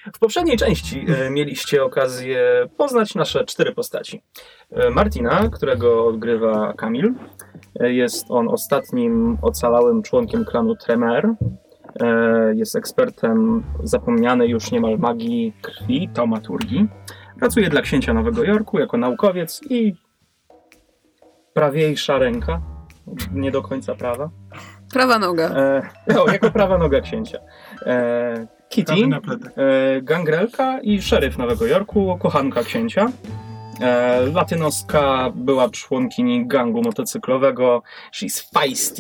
W poprzedniej części mieliście okazję poznać nasze 4 postaci. Martina, którego odgrywa Kamil. Jest on ostatnim ocalałym członkiem klanu Tremere. Jest ekspertem zapomnianej już niemal magii krwi, taumaturgii. Pracuje dla księcia Nowego Jorku jako naukowiec i prawiejsza ręka. Nie do końca prawa. Prawa noga. Jako prawa noga księcia. Kitty, gangrelka i szeryf Nowego Jorku, kochanka księcia. Latynoska była członkini gangu motocyklowego. She's feisty.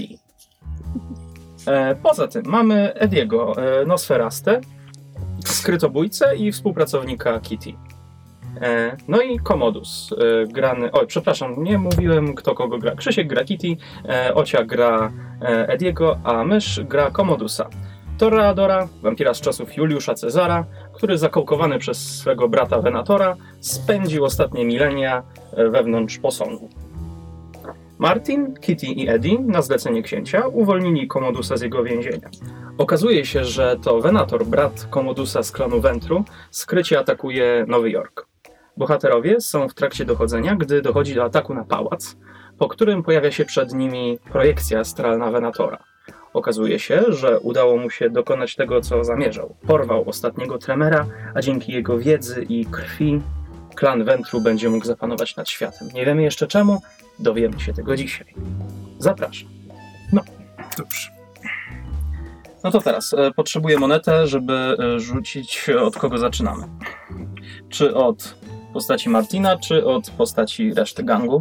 Poza tym mamy Ediego, Nosferastę, skrytobójcę i współpracownika Kitty. No i Commodus, grany... Oj, przepraszam, nie mówiłem kto kogo gra. Krzysiek gra Kitty, Ocia gra Ediego, a mysz gra Commodusa. Toreadora, wampira z czasów Juliusza Cezara, który zakołkowany przez swego brata Venatora spędził ostatnie milenia wewnątrz posągu. Martin, Kitty i Eddie na zlecenie księcia uwolnili Commodusa z jego więzienia. Okazuje się, że to Venator, brat Commodusa z klanu Ventru, skrycie atakuje Nowy Jork. Bohaterowie są w trakcie dochodzenia, gdy dochodzi do ataku na pałac, po którym pojawia się przed nimi projekcja astralna Venatora. Okazuje się, że udało mu się dokonać tego, co zamierzał. Porwał ostatniego Tremera, a dzięki jego wiedzy i krwi klan Ventru będzie mógł zapanować nad światem. Nie wiemy jeszcze czemu, dowiemy się tego dzisiaj. Zapraszam. No, dobrze. No to teraz potrzebuję monetę, żeby rzucić, od kogo zaczynamy. Czy od postaci Martina, czy od postaci reszty gangu.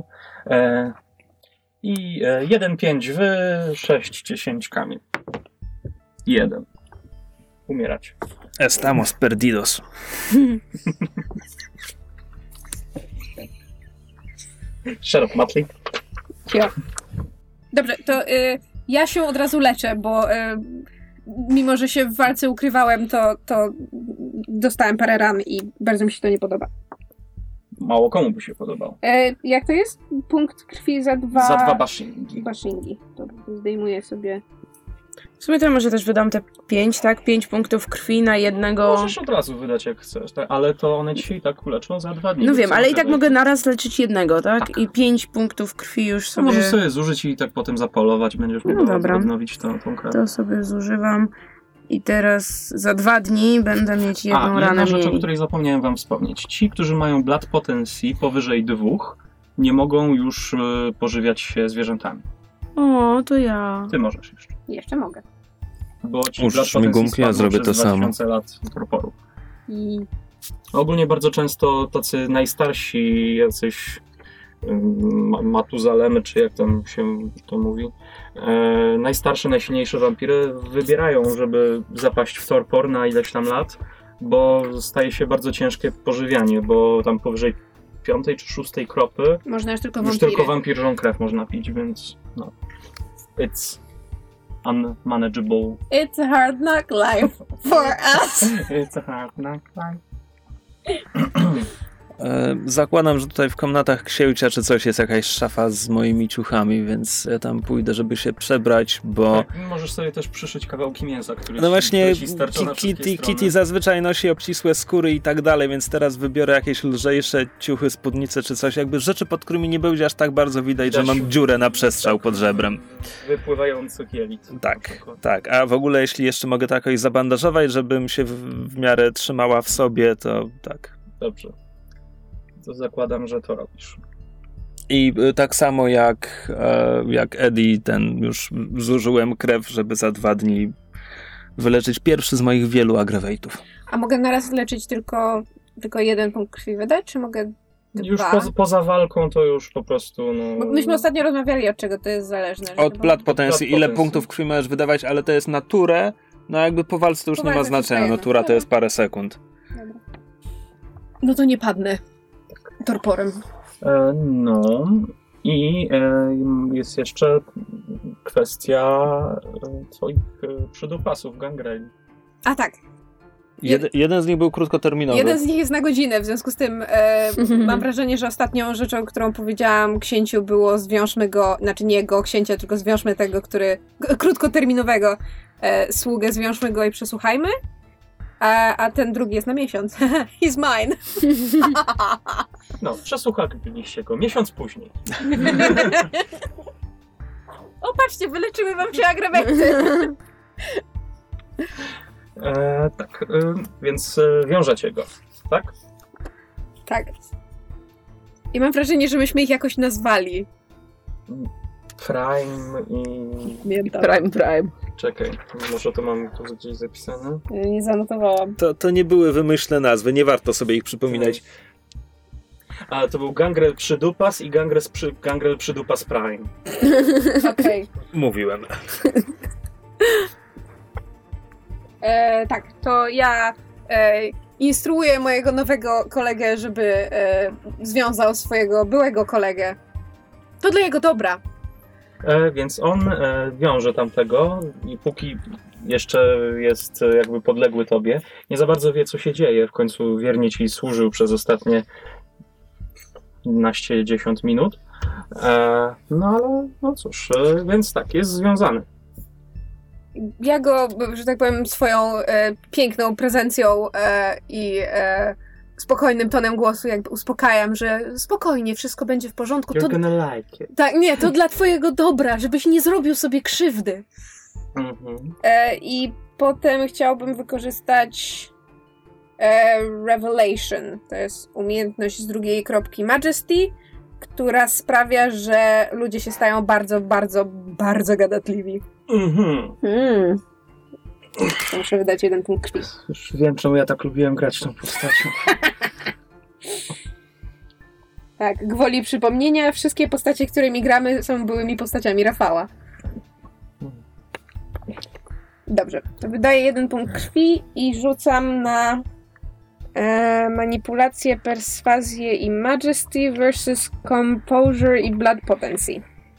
I 1-5 wy, 6-10 Kamil. 1. Umierać. Estamos perdidos. Shut up, Matli. Ja. Dobrze, to ja się od razu leczę, bo mimo, że się w walce ukrywałem, to dostałem parę ran i bardzo mi się to nie podoba. Mało komu by się podobało. Jak to jest? Punkt krwi za 2... Za 2 bashingi. Bashingi. Dobra, to zdejmuję sobie... W sumie to może też wydam te 5, tak? 5 punktów krwi na jednego... Możesz od razu wydać jak chcesz, tak? Ale to one ci tak uleczą za 2 dni. No wiem, ale i tak mogę naraz leczyć jednego, tak? I 5 punktów krwi już sobie... No możesz sobie zużyć i tak potem zapolować, będziesz mógł odnowić tą krew. To sobie zużywam. I teraz za 2 dni będę mieć jedną ranę jedna rzecz, mniej. o której zapomniałem wam wspomnieć. Ci, którzy mają blood potency powyżej 2, nie mogą już pożywiać się zwierzętami. O, to ja. Ty możesz jeszcze. Jeszcze mogę. Bo ci Użysz mi gumki, ja zrobię to samo. 2000 lat torporu. I... Ogólnie bardzo często tacy najstarsi, jacyś Matuzalemy, czy jak tam się to mówi, najstarsze, najsilniejsze wampiry wybierają, żeby zapaść w torpor na ileś tam lat, bo staje się bardzo ciężkie pożywianie, bo tam powyżej 5. czy 6. kropy można już tylko wampirzą krew można pić, więc no. It's unmanageable. It's a hard knock life for us. It's a hard knock life. Zakładam, że tutaj w komnatach księcia czy coś jest jakaś szafa z moimi ciuchami, więc ja tam pójdę, żeby się przebrać, bo... Tak, możesz sobie też przyszyć kawałki mięsa, który no właśnie, Kitty zazwyczaj nosi obcisłe skóry i tak dalej, więc teraz wybiorę jakieś lżejsze ciuchy, spódnice czy coś, jakby rzeczy, pod którymi nie będzie aż tak bardzo widać, że mam dziurę na przestrzał pod żebrem. Wypływających jelit. Tak. A w ogóle jeśli jeszcze mogę to jakoś zabandażować, żebym się w miarę trzymała w sobie, to tak. Dobrze. To zakładam, że to robisz. I tak samo jak Eddie, już zużyłem krew, żeby za 2 dni wyleczyć pierwszy z moich wielu aggrawate'ów. A mogę naraz leczyć tylko 1 punkt krwi wydać, czy mogę 2? Już poza walką to już po prostu... Bo myśmy ostatnio rozmawiali, od czego to jest zależne. Od blood potency, ile punktów krwi możesz wydawać, ale to jest na turę, no jakby po walce to już nie ma znaczenia, no tura to jest parę sekund. Dobra. No to nie padnę torporem. No i jest jeszcze kwestia twoich przydupasów gangreli. A tak. Jeden z nich był krótkoterminowy. Jeden z nich jest na godzinę, w związku z tym mam wrażenie, że ostatnią rzeczą, którą powiedziałam księciu było zwiążmy go, znaczy nie go księcia, tylko zwiążmy tego, który krótkoterminowego sługę, zwiążmy go i przesłuchajmy. a ten drugi jest na miesiąc. He's mine. No, przesłuchaliście go miesiąc później. O, patrzcie, wyleczyły wam się agrementy. Tak, więc wiążecie go, tak? Tak. I mam wrażenie, że myśmy ich jakoś nazwali. Prime i... Pamiętam. Prime. Czekaj, może to mam tu gdzieś zapisane? Nie zanotowałam. To nie były wymyślne nazwy, nie warto sobie ich przypominać. A, to był Gangrel Przydupas i Gangrel Przydupas Prime. Okej. Mówiłem. Tak, to ja instruuję mojego nowego kolegę, żeby związał swojego byłego kolegę. To dla jego dobra. Więc on wiąże tamtego i póki jeszcze jest jakby podległy tobie, nie za bardzo wie, co się dzieje. W końcu wiernie ci służył przez ostatnie 15-10 minut. No ale no cóż, więc tak, jest związany. Ja go, że tak powiem, swoją piękną prezencją i spokojnym tonem głosu jakby uspokajam, że spokojnie, wszystko będzie w porządku. You're gonna like it. Tak, nie, to dla twojego dobra, żebyś nie zrobił sobie krzywdy. Mhm. I potem chciałbym wykorzystać Revelation. To jest umiejętność z drugiej kropki Majesty, która sprawia, że ludzie się stają bardzo, bardzo, bardzo gadatliwi. Mhm. To muszę wydać 1 punkt krwi. Już wiem, czemu ja tak lubiłem grać tą postacią. Tak, gwoli przypomnienia, wszystkie postacie, którymi gramy, są byłymi postaciami Rafała. Dobrze, to wydaję 1 punkt krwi i rzucam na manipulację, perswazję i majesty versus composure i blood potency.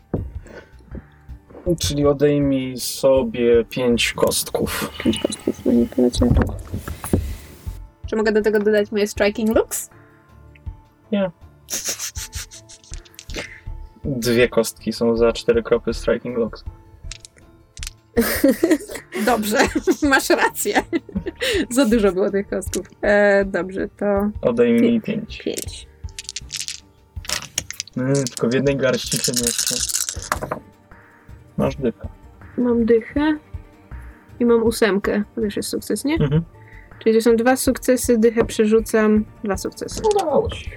Czyli odejmij sobie 5 kostków. 5 kostków, manipulacja. Czy mogę do tego dodać moje striking looks? Nie. 2 kostki są za 4 kropy striking locks. Dobrze, masz rację. Za dużo było tych kostków. Dobrze, to Odejmij 5. 5. Tylko w jednej garści się mieszczę. Masz dycha. Mam dychę i mam 8. To też jest sukces, nie? Mhm. Czyli to są 2 sukcesy, dychę przerzucam, 2 sukcesy. Udało się.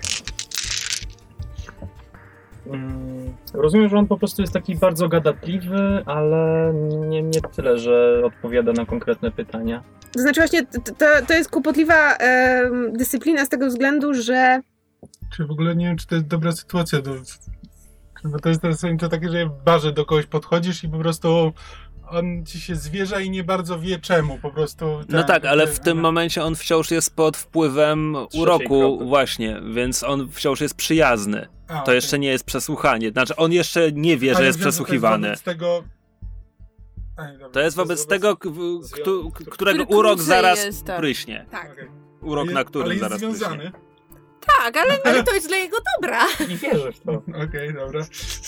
Rozumiem, że on po prostu jest taki bardzo gadatliwy, ale nie tyle, że odpowiada na konkretne pytania. To znaczy właśnie, to jest kłopotliwa dyscyplina z tego względu, że... Czy w ogóle nie wiem, czy to jest dobra sytuacja bo to jest to takie, że w barze do kogoś podchodzisz i po prostu on ci się zwierza i nie bardzo wie czemu, po prostu... No tak, ale w tym momencie on wciąż jest pod wpływem uroku, kropy. właśnie, więc on wciąż jest przyjazny. To jeszcze nie jest przesłuchanie. Znaczy, on jeszcze nie wie, że jest przesłuchiwany. To jest wobec tego, którego urok zaraz jest, tak. pryśnie. Tak, Okay. Urok, na którym ale jest zaraz związany. pryśnie. tak, ale to jest dla jego dobra. I wierzę w to. Okej, dobra.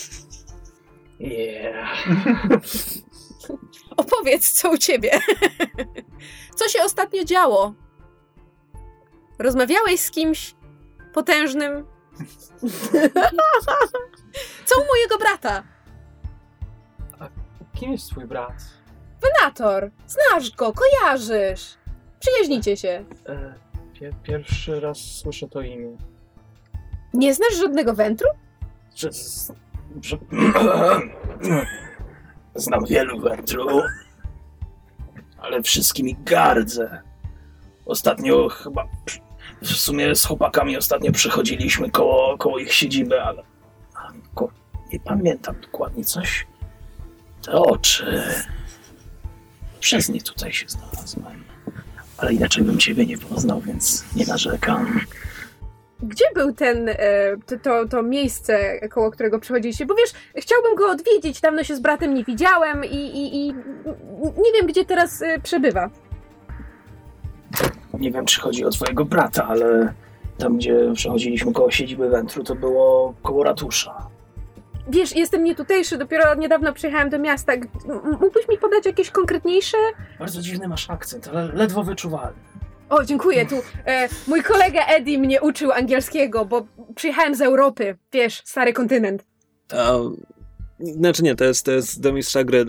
Yeah. Opowiedz, co u ciebie. Co się ostatnio działo? Rozmawiałeś z kimś potężnym? Co u mojego brata? Kim jest twój brat? Venator. Znasz go, kojarzysz. Przyjaźnicie się. Pierwszy raz słyszę to imię. Nie znasz żadnego wętru? Znam wielu wędrów, ale wszystkimi gardzę. Ostatnio chyba, w sumie z chłopakami ostatnio przychodziliśmy koło ich siedziby, ale nie pamiętam dokładnie coś. Te oczy, przez nie tutaj się znalazłem. Ale inaczej bym ciebie nie poznał, więc nie narzekam. Gdzie był to miejsce, koło którego przychodziliście? Bo wiesz, chciałbym go odwiedzić, dawno się z bratem nie widziałem i nie wiem, gdzie teraz przebywa. Nie wiem, czy chodzi o twojego brata, ale tam, gdzie przechodziliśmy koło siedziby wętru, to było koło ratusza. Wiesz, jestem nietutejszy, dopiero niedawno przyjechałem do miasta. Mógłbyś mi podać jakieś konkretniejsze? Bardzo dziwny masz akcent, ale ledwo wyczuwalny. O, dziękuję. Tu mój kolega Eddie mnie uczył angielskiego, bo przyjechałem z Europy. Wiesz, stary kontynent. Znaczy nie, to jest do mistrza gry.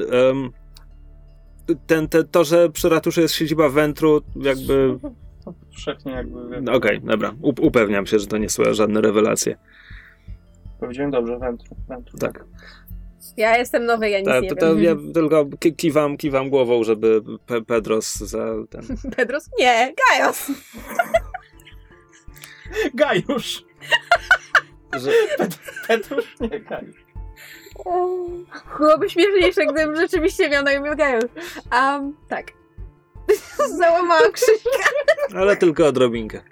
To, że przy ratuszu jest siedziba Wentru, jakby... Wszechnie jakby... Okej, dobra. Upewniam się, że to nie są żadne rewelacje. Powiedziałem dobrze, Wentru. Tak. Ja jestem nowy, ja nic nie wiem. To ja tylko kiwam głową, żeby Pedros za ten... Pedros? Nie, Gajos. Gajusz! Że... Petrusz? Nie, Gajusz. Byłoby śmieszniejsze, gdybym rzeczywiście miał na imię Gajos. Tak. Załamałam krzyżka. Ale tylko odrobinkę.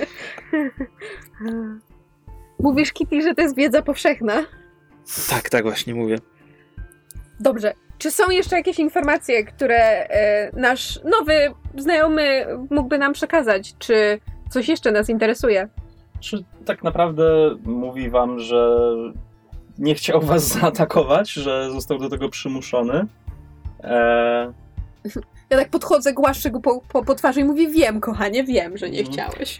Mówisz, Kitty, że to jest wiedza powszechna? Tak właśnie mówię. Dobrze. Czy są jeszcze jakieś informacje, które nasz nowy znajomy mógłby nam przekazać? Czy coś jeszcze nas interesuje? Czy tak naprawdę mówi wam, że nie chciał was zaatakować, że został do tego przymuszony? Ja tak podchodzę, głaszczę go po twarzy i mówię, wiem, kochanie, wiem, że nie chciałeś.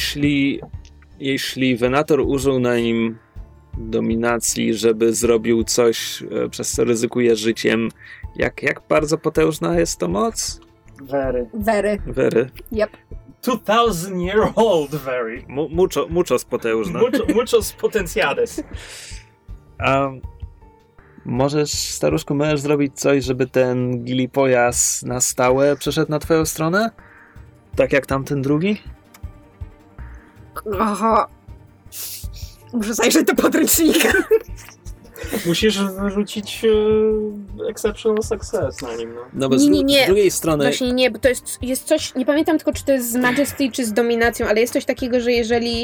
Jeśli Venator użył na nim dominacji, żeby zrobił coś, przez co ryzykuje życiem, jak bardzo potężna jest to moc? Very. Yep. 2000-year-old very. Muchos potężna. Muchos potenciales. Możesz, staruszku, możesz zrobić coś, żeby ten Gilipojas na stałe przeszedł na twoją stronę? Tak jak tamten drugi? Aha. Muszę zajrzeć do podręcznika. Musisz wyrzucić exceptional success na nim. No bo nie. Z drugiej strony... Właśnie nie, bo to jest coś, nie pamiętam tylko, czy to jest z Majesty, czy z dominacją, ale jest coś takiego, że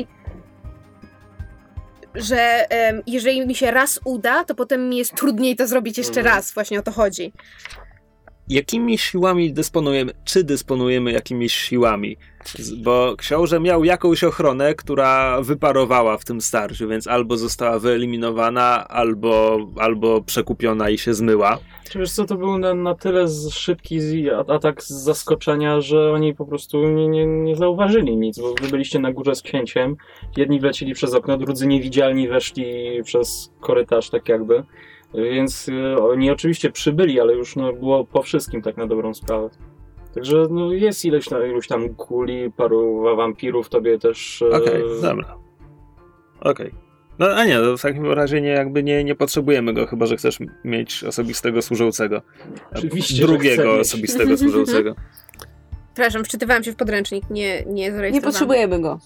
jeżeli mi się raz uda, to potem mi jest trudniej to zrobić jeszcze raz. Właśnie o to chodzi. Jakimi siłami dysponujemy? Czy dysponujemy jakimiś siłami? Bo książę miał jakąś ochronę, która wyparowała w tym starciu, więc albo została wyeliminowana, albo przekupiona i się zmyła. Czy wiesz co, to był na tyle szybki atak z zaskoczenia, że oni po prostu nie zauważyli nic, bo wy byliście na górze z księciem, jedni wlecili przez okno, drudzy niewidzialni weszli przez korytarz tak jakby. Więc oni oczywiście przybyli, ale już było po wszystkim tak na dobrą sprawę. Także jest iluś tam kuli, paru wampirów, tobie też... Okej, dobra. Okej. No a nie, w takim razie nie potrzebujemy go, chyba że chcesz mieć osobistego służącego. Oczywiście, drugiego osobistego służącego. Przepraszam, wczytywałam się w podręcznik, nie zarejestrowałam. Nie potrzebujemy go.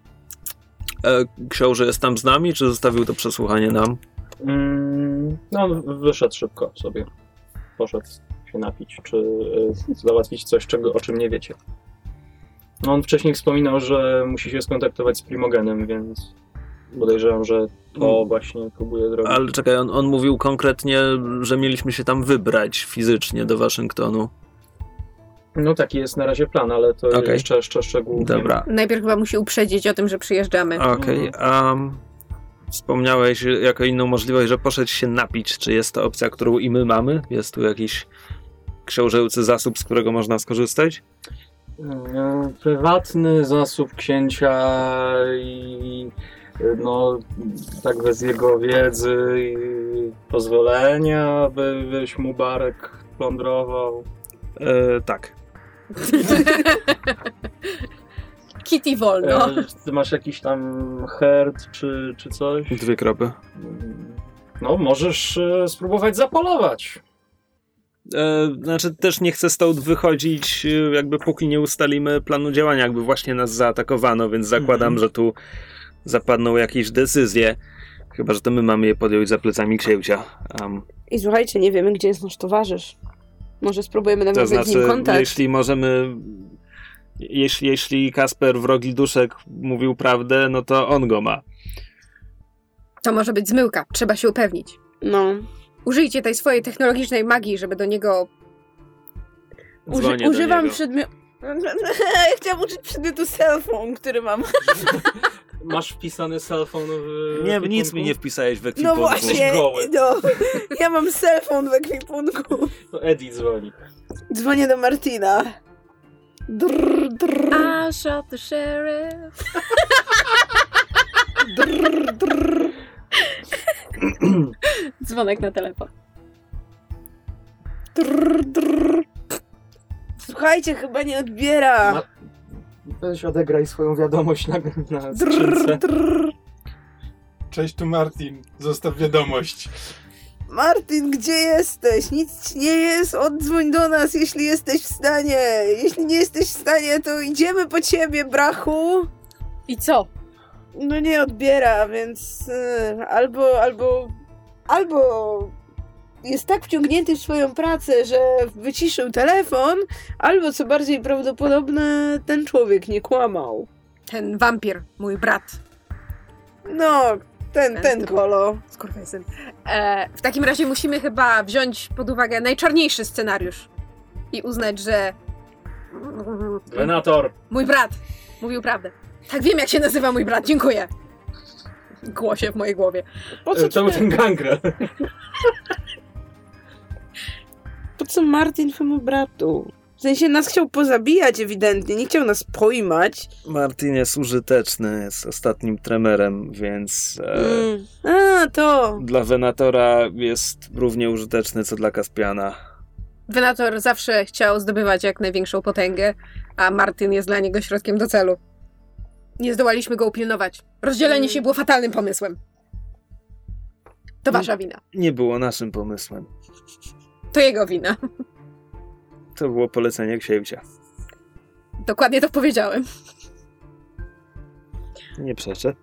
Książę jest tam z nami, czy zostawił to przesłuchanie nam? On wyszedł szybko sobie. Poszedł się napić, czy załatwić coś, o czym nie wiecie. On wcześniej wspominał, że musi się skontaktować z Primogenem, więc podejrzewam, że to właśnie próbuje zrobić. Ale czekaj, on mówił konkretnie, że mieliśmy się tam wybrać fizycznie do Waszyngtonu. No taki jest na razie plan, ale to jeszcze szczegółów. Dobra. Najpierw chyba musi uprzedzić o tym, że przyjeżdżamy. Okej. Wspomniałeś jako inną możliwość, że poszedł się napić. Czy jest to opcja, którą i my mamy? Jest tu jakiś książęcy zasób, z którego można skorzystać? Prywatny zasób księcia i tak bez jego wiedzy i pozwolenia, byś mu barek plądrował. Tak. Kitty wolno. Ty masz jakiś tam herd czy coś? 2 kropy. Możesz spróbować zapolować. Znaczy też nie chcę stąd wychodzić, jakby póki nie ustalimy planu działania, jakby właśnie nas zaatakowano, więc zakładam, że tu zapadną jakieś decyzje. Chyba że to my mamy je podjąć za plecami księcia. I słuchajcie, nie wiemy, gdzie jest nasz towarzysz. Może spróbujemy nawiązać z nim kontakt. Jeśli możemy... Jeśli Kasper Wrogi Duszek mówił prawdę, no to on go ma. To może być zmyłka, trzeba się upewnić. Użyjcie tej swojej technologicznej magii, żeby do niego... Używam przedmiotu... Chciałam użyć przedmiotu cellphone, który mam. Masz wpisany cellphone w Nie, nic mi nie wpisałeś w ekwipunku. No właśnie, ja mam cellphone w ekwipunku. To Eddie dzwoni. Dzwonię do Martina. Drr, drr. I shot the sheriff. Drr, drr. Dzwonek na telefon. Drr, drr. Słuchajcie, chyba nie odbiera. Weź odegraj swoją wiadomość na skrzynce. Cześć, tu Martin. Zostaw wiadomość. Martin, gdzie jesteś? Nic ci nie jest? Oddzwoń do nas, jeśli jesteś w stanie. Jeśli nie jesteś w stanie, to idziemy po ciebie, brachu. I co? No nie odbiera, więc albo jest tak wciągnięty w swoją pracę, że wyciszył telefon, albo co bardziej prawdopodobne, ten człowiek nie kłamał. Ten wampir, mój brat. No, ten kolo. Skurwysyn. W takim razie musimy chyba wziąć pod uwagę najczarniejszy scenariusz i uznać, że Venator. mój brat mówił prawdę. Tak, wiem jak się nazywa mój brat, dziękuję. Głosie w mojej głowie. Po co To był ten gangrel. Po co Martin twemu bratu? W sensie nas chciał pozabijać ewidentnie, nie chciał nas pojmać. Martin jest użyteczny, jest ostatnim tremerem, więc To. dla Venatora jest równie użyteczny, co dla Kaspiana. Venator zawsze chciał zdobywać jak największą potęgę, a Martin jest dla niego środkiem do celu. Nie zdołaliśmy go upilnować. Rozdzielenie się było fatalnym pomysłem. To wasza wina. Nie było naszym pomysłem. To jego wina. To było polecenie księcia. Dokładnie to powiedziałem. Nie przeczę.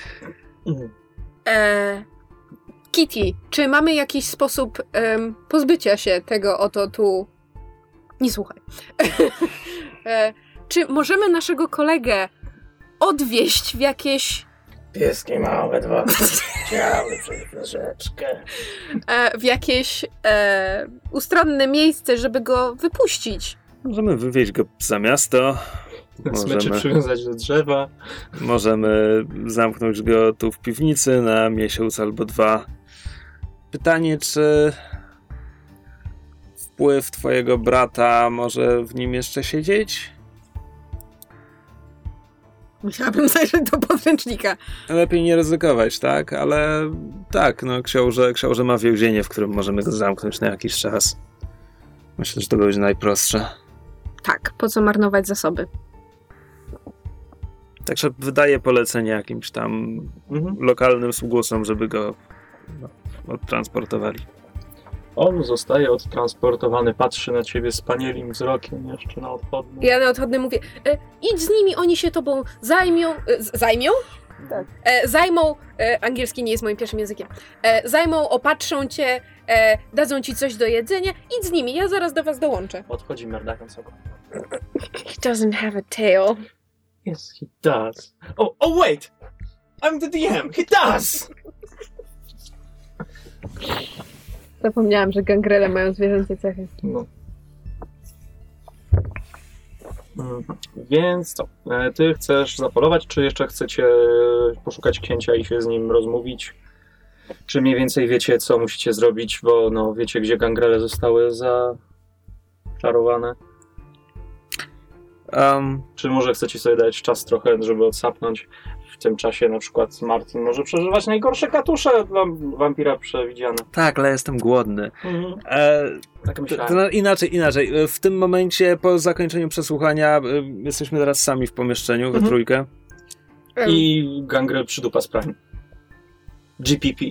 Kitty, czy mamy jakiś sposób pozbycia się tego oto tu... Nie słuchaj. Czy możemy naszego kolegę odwieźć w jakieś... Pieski małe dwa chciały przez rzeczkę. w jakieś ustronne miejsce, żeby go wypuścić? Możemy wywieźć go za miasto. Smyczy przywiązać do drzewa. Możemy zamknąć go tu w piwnicy na miesiąc albo 2. Pytanie, czy wpływ twojego brata może w nim jeszcze siedzieć? Musiałabym zajrzeć do podręcznika. Lepiej nie ryzykować, tak? Ale tak, no książę ma więzienie, w którym możemy go zamknąć na jakiś czas. Myślę, że to będzie najprostsze. Tak, po co marnować zasoby? Także wydaję polecenie jakimś tam lokalnym sługusom, żeby go odtransportowali. On zostaje odtransportowany, patrzy na ciebie spanielim wzrokiem jeszcze na odchodnym. Ja na odchodnym mówię, idź z nimi, oni się tobą zajmią. Zajmią? Tak. Zajmą, angielski nie jest moim pierwszym językiem, zajmą, opatrzą cię, dadzą ci coś do jedzenia, idź z nimi, ja zaraz do was dołączę. Odchodzi merdając oko. He doesn't have a tail. Yes, he does. Oh wait! I'm the DM! He does! Zapomniałam, że gangrele mają zwierzęce cechy. No. Więc co? Ty chcesz zapolować, czy jeszcze chcecie poszukać księcia i się z nim rozmówić? Czy mniej więcej wiecie, co musicie zrobić, bo no wiecie, gdzie gangrele zostały zaczarowane? Czy może chcecie sobie dać czas trochę, żeby odsapnąć? W tym czasie na przykład Martin może przeżywać najgorsze katusze dla wampira przewidziane. Tak, ale jestem głodny. Tak myślałem. Inaczej. W tym momencie, po zakończeniu przesłuchania, jesteśmy teraz sami w pomieszczeniu, we trójkę. I gangrel przydupa z Prime. GPP.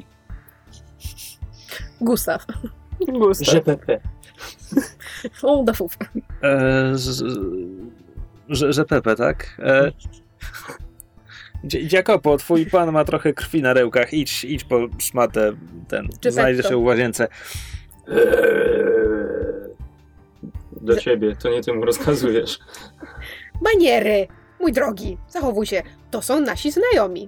Gustaw. GPP. O, dafów. Że Pepe, tak? Dziakopo, twój pan ma trochę krwi na rełkach. Idź po szmatę, znajdziesz się w łazience. Do ciebie, to nie ty mu rozkazujesz. Maniery! Mój drogi, zachowuj się. To są nasi znajomi.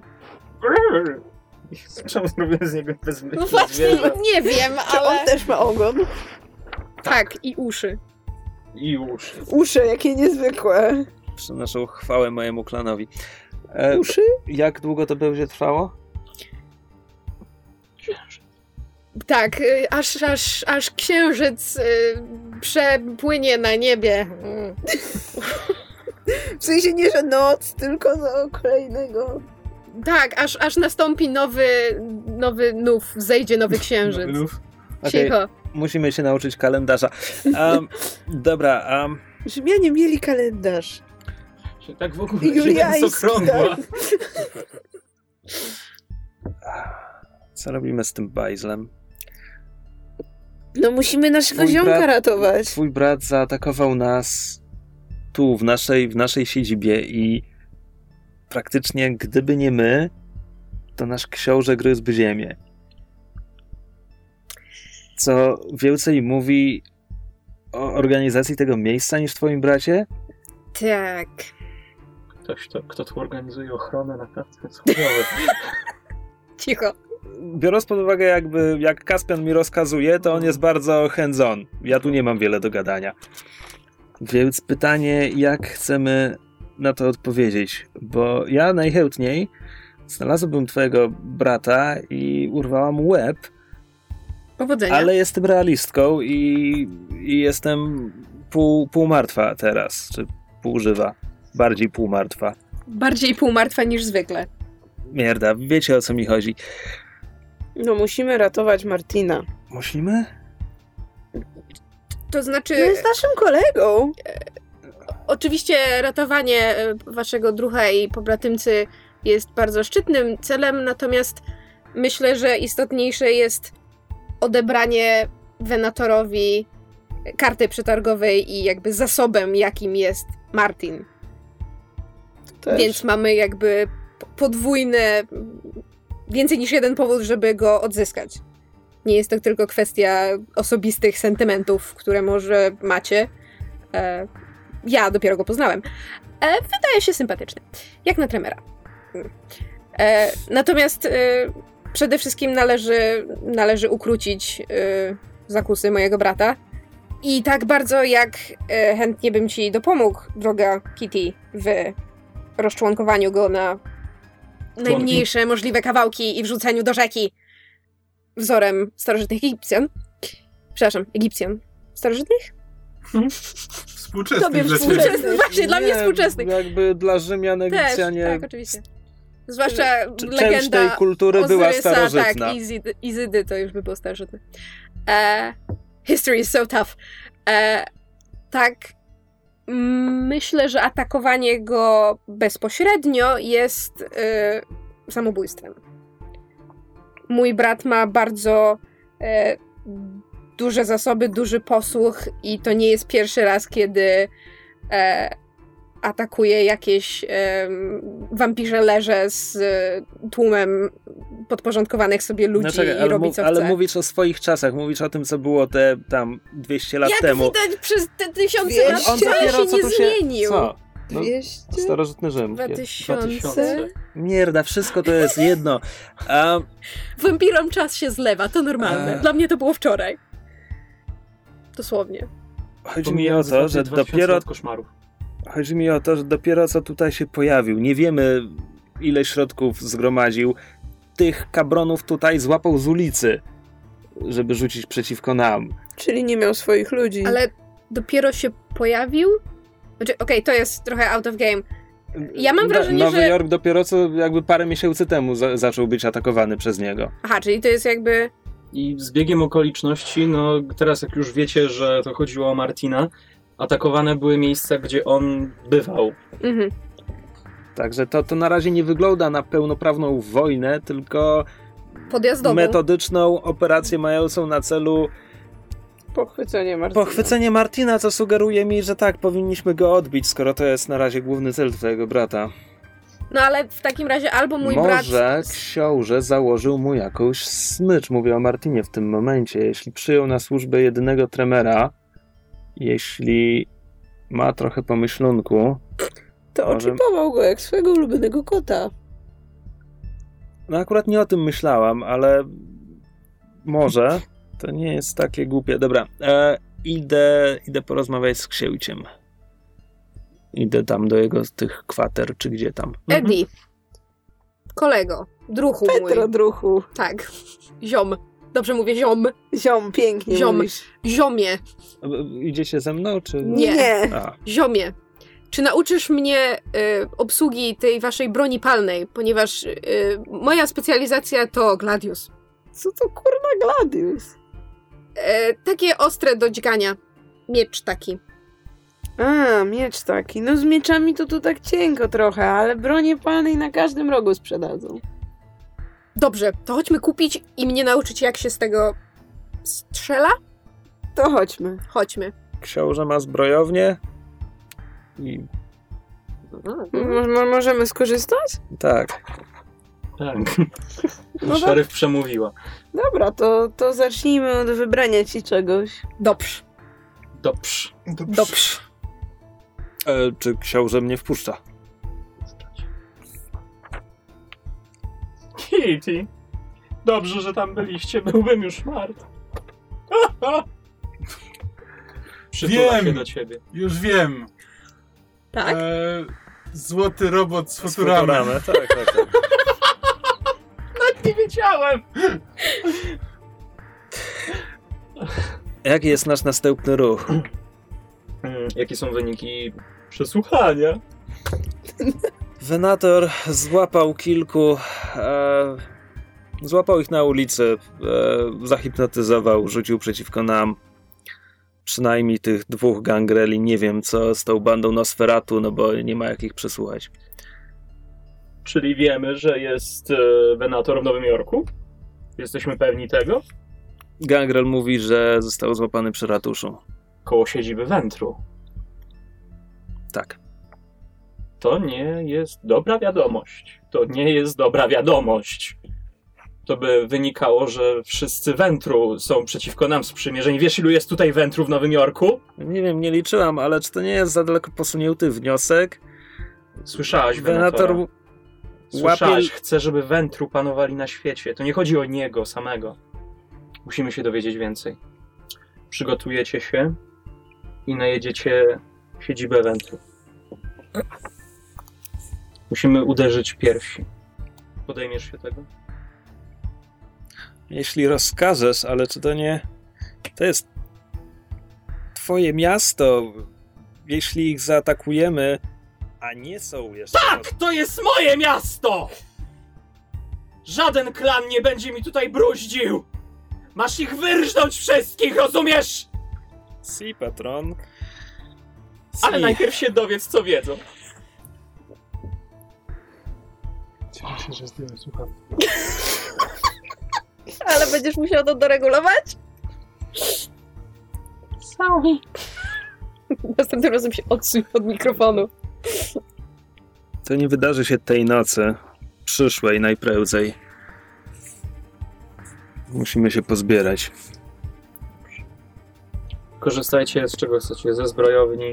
Czemu zrobię z niego bezmyślne No właśnie, zwierzę? nie wiem, Czy ale... on też ma ogon? Tak, i uszy. I uszy. Uszy, jakie niezwykłe. Przynoszą chwałę mojemu klanowi. Uszy? Jak długo to będzie trwało? Tak, aż księżyc przepłynie na niebie. W sensie nie, że noc, tylko do kolejnego. Tak, aż nastąpi nowy nów, zejdzie nowy księżyc. Okay. Cicho. Musimy się nauczyć kalendarza. Dobra. Rzymianie mieli kalendarz. Tak w ogóle Juliański, jest okrągła. tak. Co robimy z tym bajzlem? No musimy naszego Twój ziomka brat- ratować. Twój brat zaatakował nas tu, w naszej siedzibie i praktycznie gdyby nie my, to nasz książę gryzłby ziemię. Co więcej mówi o organizacji tego miejsca niż twoim bracie? Tak. Kto tu organizuje ochronę, naprawdę jest chujowy. Cicho. Biorąc pod uwagę jak Kaspian mi rozkazuje, to on jest bardzo hands-on. Ja tu nie mam wiele do gadania. Więc pytanie, jak chcemy na to odpowiedzieć? Bo ja najchętniej znalazłbym twojego brata i urwałam łeb, Powodzenia. ale jestem realistką i jestem pół martwa teraz, czy pół żywa. Bardziej pół martwa. Bardziej półmartwa niż zwykle. Mierda, wiecie o co mi chodzi. No musimy ratować Martina. Musimy? To znaczy... No jest naszym kolegą. Oczywiście ratowanie waszego druha i pobratymcy jest bardzo szczytnym celem, natomiast myślę, że istotniejsze jest odebranie Venatorowi karty przetargowej i jakby zasobem, jakim jest Martin. Też. Więc mamy jakby podwójne, więcej niż jeden powód, żeby go odzyskać. Nie jest to tylko kwestia osobistych sentymentów, które może macie. Ja dopiero go poznałem. Wydaje się sympatyczny. Jak na Tremera. Natomiast przede wszystkim należy ukrócić zakusy mojego brata. I tak bardzo jak chętnie bym ci dopomógł, droga Kitty, w rozczłonkowaniu go na najmniejsze możliwe kawałki i wrzuceniu do rzeki wzorem starożytnych Egipcjan. Przepraszam, Egipcjan. Starożytnych? Współczesny Tobie dla współczesny. ciebie. Współczesnych, właśnie, dla mnie współczesnych. Jakby dla Rzymian Też, Egipcjanie... tak, oczywiście. Zwłaszcza Część legenda tej kultury była Ozyrysa, starożytna. tak, Izydy to już by było starożytne. History is so tough. Tak, myślę, że atakowanie go bezpośrednio jest samobójstwem. Mój brat ma bardzo duże zasoby, duży posłuch i to nie jest pierwszy raz, kiedy atakuje jakieś wampirze leże z tłumem podporządkowanych sobie ludzi i robi co ale chce. mówisz o swoich czasach, mówisz o tym, co było te tam 200 lat temu. Jak widać, przez te tysiące lat On wcale się nie zmienił. Co? No, 200? starożytny Rzym. 2000. Mierda, wszystko to jest jedno. Wampirom czas się zlewa, to normalne. Dla mnie to było wczoraj. Dosłownie. Chodzi mi o to, że dopiero koszmarów. Chodzi mi o to, że dopiero co tutaj się pojawił. Nie wiemy, ile środków zgromadził. Tych kabronów tutaj złapał z ulicy, żeby rzucić przeciwko nam. Czyli nie miał swoich ludzi. Ale dopiero się pojawił? Znaczy, okej, to jest trochę out of game. Ja mam wrażenie, Nowy że... Jork dopiero co jakby parę miesięcy temu zaczął być atakowany przez niego. Aha, czyli to jest jakby... I z biegiem okoliczności, no teraz jak już wiecie, że to chodziło o Martina, atakowane były miejsca, gdzie on bywał. Mhm. Także to na razie nie wygląda na pełnoprawną wojnę, tylko Podjazdową. metodyczną operację mającą na celu pochwycenie Martina, co sugeruje mi, że tak, powinniśmy go odbić, skoro to jest na razie główny cel twojego brata. No ale w takim razie albo mój brat... Może książę założył mu jakąś smycz, mówię o Martinie w tym momencie. Jeśli przyjął na służbę jedynego Tremera, jeśli ma trochę pomyślunku, To może... oczipował go jak swojego ulubionego kota. No akurat nie o tym myślałam, ale może to nie jest takie głupie. Dobra, idę porozmawiać z księciem. Idę tam do jego tych kwater, czy gdzie tam. Eddie. Kolego. Druhu Petro mój. druhu. Tak. Ziom. Dobrze mówię ziom. Ziom, pięknie Ziom. mówisz. Ziomie. Idziecie ze mną, czy... Nie. A, Ziomie. czy nauczysz mnie obsługi tej waszej broni palnej, ponieważ moja specjalizacja to gladius. Co to kurwa gladius? Takie ostre do dźgania. Miecz taki. A, miecz taki. No z mieczami to tu tak cienko trochę, ale bronię palnej na każdym rogu sprzedadzą. Dobrze, to chodźmy kupić i mnie nauczyć, jak się z tego strzela? To chodźmy. Chodźmy. Książę ma zbrojownię i Możemy skorzystać? tak. Tak. No Szeryf przemówiła. Dobra, to zacznijmy od wybrania ci czegoś. Dobrze. Dobrze. Dobrze. Czy książę mnie wpuszcza? Kitty, dobrze, że tam byliście. Byłbym już martwy. Przytula się do ciebie. Już wiem. Tak? Złoty robot z Futuramy. Tak. Nie wiedziałem. Jaki jest nasz następny ruch? Jakie są wyniki przesłuchania? Wenator złapał kilku... złapał ich na ulicy, zahipnotyzował, rzucił przeciwko nam. Przynajmniej tych 2 gangreli. Nie wiem, co z tą bandą Nosferatu, no bo nie ma jak ich przesłuchać. Czyli wiemy, że jest Venator w Nowym Jorku? Jesteśmy pewni tego? Gangrel mówi, że został złapany przy ratuszu. Koło siedziby Wentru. Tak. To nie jest dobra wiadomość. To nie jest dobra wiadomość. To by wynikało, że wszyscy Wentru są przeciwko nam sprzymierzeni. Wiesz, ilu jest tutaj Wentru w Nowym Jorku? Nie wiem, nie liczyłam, ale czy to nie jest za daleko posunięty wniosek? Słyszałaś, Venator Venatora. Słyszałaś, chcę, żeby Wentru panowali na świecie. To nie chodzi o niego samego. Musimy się dowiedzieć więcej. Przygotujecie się i najedziecie siedzibę Wentru. Musimy uderzyć pierwsi. Podejmiesz się tego? Jeśli rozkażesz, ale czy to nie... To jest twoje miasto. Jeśli ich zaatakujemy, a nie są jeszcze... Tak! To jest moje miasto! Żaden klan nie będzie mi tutaj bruździł! Masz ich wyrżnąć wszystkich, rozumiesz? Si, patron. Ale najpierw się dowiedz, co wiedzą. Cieszę się, że zdjąłem słuchawki. Ale będziesz musiał to doregulować? Sorry. Następnym razem się odsuń od mikrofonu. To nie wydarzy się tej nocy. Przyszłej najprędzej. Musimy się pozbierać. Korzystajcie z czego chcecie, ze zbrojowni.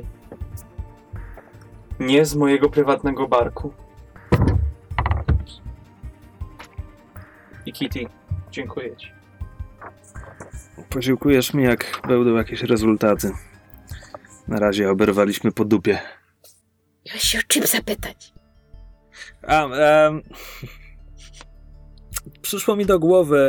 Nie z mojego prywatnego barku. I Kitty, dziękuję ci. Podziękujesz mi, jak będą jakieś rezultaty. Na razie oberwaliśmy po dupie. Ja się o czym zapytać? Przyszło mi do głowy,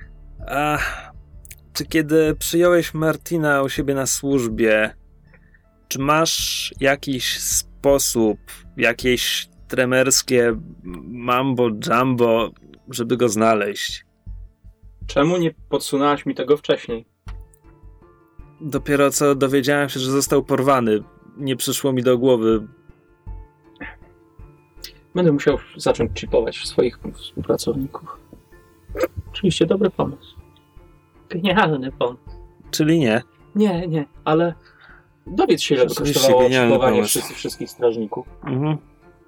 czy kiedy przyjąłeś Martina u siebie na służbie, czy masz jakiś sposób, jakieś tremerskie mambo-jumbo, żeby go znaleźć? Czemu nie podsunęłaś mi tego wcześniej? Dopiero co dowiedziałem się, że został porwany. Nie przyszło mi do głowy. Będę musiał zacząć chipować swoich współpracowników. Oczywiście dobry pomysł. Genialny pomysł. Czyli nie. Nie, ale dowiedz się, ile to Oczywiście kosztowało genialny chipowanie pomysł. wszystkich strażników. Mhm.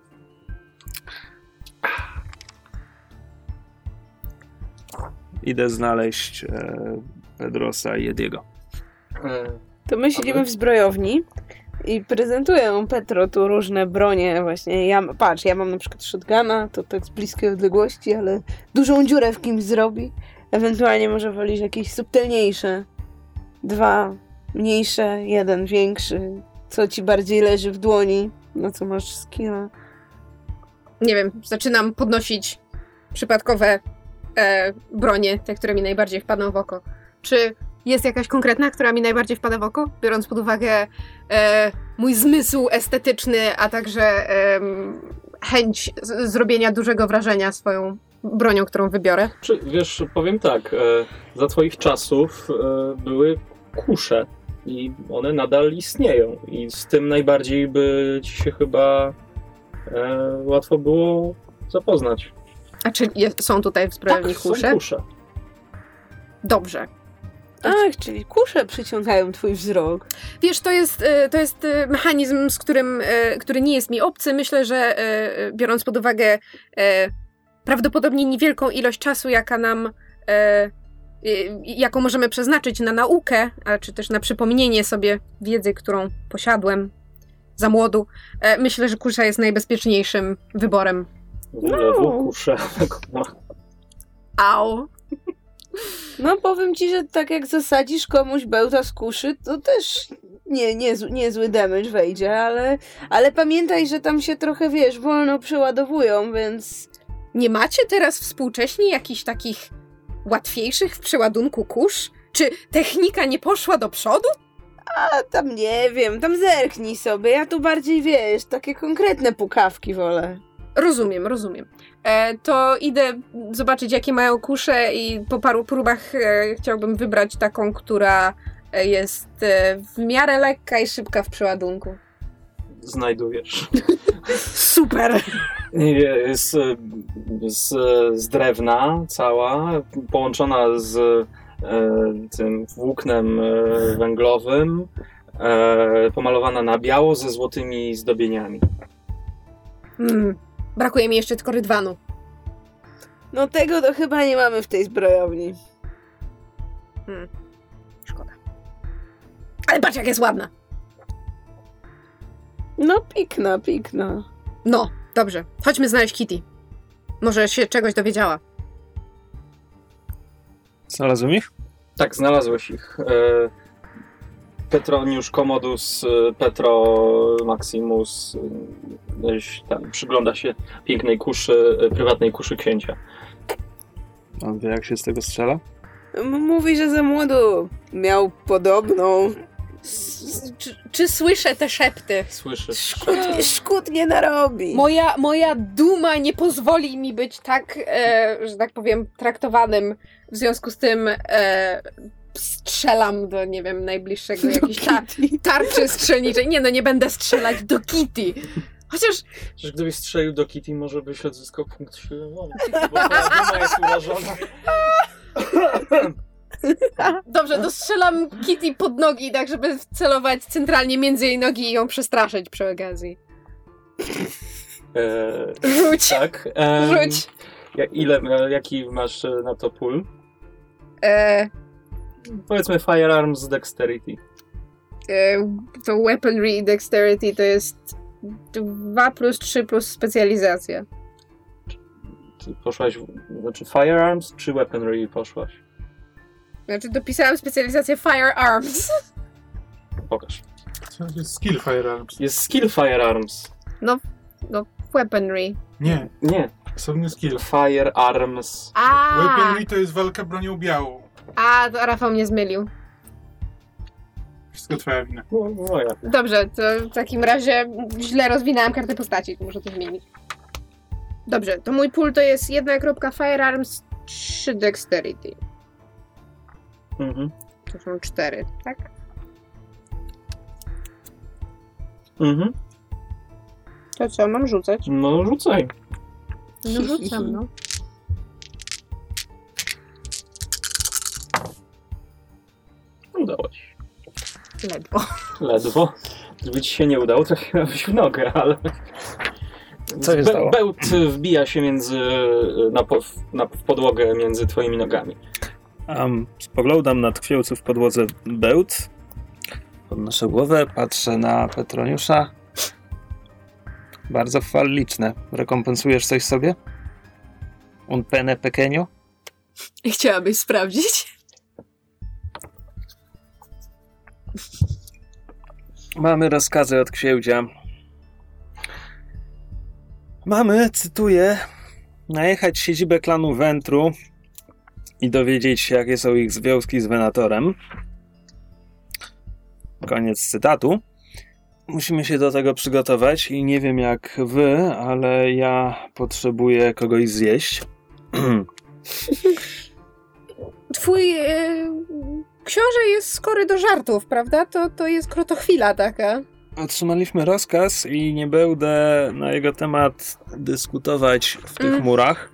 Idę znaleźć Pedrosa i Ediego. To my siedzimy w zbrojowni i prezentuję Petro tu różne bronie właśnie. Ja mam na przykład shotguna, to tak z bliskiej odległości, ale dużą dziurę w kimś zrobi. Ewentualnie może wolisz jakieś subtelniejsze. 2 mniejsze, 1 większy. Co ci bardziej leży w dłoni? Na co masz skilla? Nie wiem, zaczynam podnosić przypadkowe bronie, te, które mi najbardziej wpadną w oko. Czy jest jakaś konkretna, która mi najbardziej wpada w oko? Biorąc pod uwagę mój zmysł estetyczny, a także chęć zrobienia dużego wrażenia swoją bronią, którą wybiorę. Wiesz, powiem tak, za twoich czasów były kusze i one nadal istnieją i z tym najbardziej by ci się chyba łatwo było zapoznać. A czy są tutaj w zbrojowni kusze? Są kusze. Dobrze. Ach, czyli kusze przyciągają twój wzrok. Wiesz, to jest mechanizm, który nie jest mi obcy. Myślę, że biorąc pod uwagę prawdopodobnie niewielką ilość czasu, jaką możemy przeznaczyć na naukę, a czy też na przypomnienie sobie wiedzy, którą posiadłem za młodu, myślę, że kusza jest najbezpieczniejszym wyborem. Kusze. Au. No powiem ci, że tak jak zasadzisz komuś bełta z kuszy, to też niezły damage wejdzie, ale pamiętaj, że tam się trochę, wiesz, wolno przeładowują, więc... Nie macie teraz współcześnie jakichś takich łatwiejszych w przeładunku kusz? Czy technika nie poszła do przodu? A tam nie wiem, tam zerknij sobie, ja tu bardziej, wiesz, takie konkretne pukawki wolę. Rozumiem. To idę zobaczyć, jakie mają kusze i po paru próbach chciałbym wybrać taką, która jest w miarę lekka i szybka w przeładunku. Znajdujesz. Super! Jest z drewna cała, połączona z tym włóknem węglowym, pomalowana na biało ze złotymi zdobieniami. Brakuje mi jeszcze tylko rydwanu. No tego to chyba nie mamy w tej zbrojowni. Szkoda. Ale patrz, jak jest ładna. No pikna. No, dobrze. Chodźmy znaleźć Kitty. Może się czegoś dowiedziała. Znalazłem ich? Tak, znalazłeś ich. Petroniusz Commodus, Petro Maximus tam przygląda się pięknej kuszy, prywatnej kuszy księcia. On wie, jak się z tego strzela? Mówi, że za młodu miał podobną. Czy słyszę te szepty? Słyszysz? Szkód nie narobi. Moja duma nie pozwoli mi być tak, że tak powiem, traktowanym. W związku z tym strzelam do, nie wiem, najbliższego jakiejś tarczy strzelniczej. Nie będę strzelać do Kitty. Chociaż... Że gdybyś strzelił do Kitty, może byś odzyskał punkt siły woli, bo twoja duma jest urażona. Dobrze, dostrzelam Kitty pod nogi, tak żeby celować centralnie między jej nogi i ją przestraszyć przy okazji. Rzuć. Tak. Rzuć. Jaki masz na to pól? Powiedzmy Firearms Dexterity. To Weaponry i Dexterity to jest 2 plus 3 plus specjalizacja. Czy poszłaś, znaczy Firearms czy Weaponry poszłaś? Znaczy dopisałam specjalizację Firearms. Pokaż. Co jest skill firearms? Jest skill Firearms. No Weaponry. Nie, Nie. osobny skill. Firearms. Weaponry to jest walka bronią białą. To Rafał mnie zmylił. Wszystko twoja wina. No ja. Dobrze, to w takim razie źle rozwinęłam kartę postaci, to muszę to zmienić. Dobrze, to mój pool to jest 1 kropka Firearms, 3 Dexterity. Mhm. To są 4, tak? Mhm. To co, mam rzucać? No rzucaj. No rzucam, no. Udało ci. Ledwo. Gdyby ci się nie udało, to chyba byś w nogę, ale... Co się stało? Bełt wbija się w podłogę między twoimi nogami. Spoglądam na tkwiący w podłodze bełt. Podnoszę głowę, patrzę na Petroniusza. Bardzo falliczne. Rekompensujesz coś sobie? Un pene pequeño? Chciałabyś sprawdzić? Mamy rozkazy od księcia. Mamy, cytuję, najechać siedzibę klanu Wentru i dowiedzieć się, jakie są ich związki z Venatorem. Koniec cytatu. Musimy się do tego przygotować i nie wiem jak wy, ale ja potrzebuję kogoś zjeść. Twój książę jest skory do żartów, prawda? To jest krotochwila taka. Otrzymaliśmy rozkaz i nie będę na jego temat dyskutować w tych murach.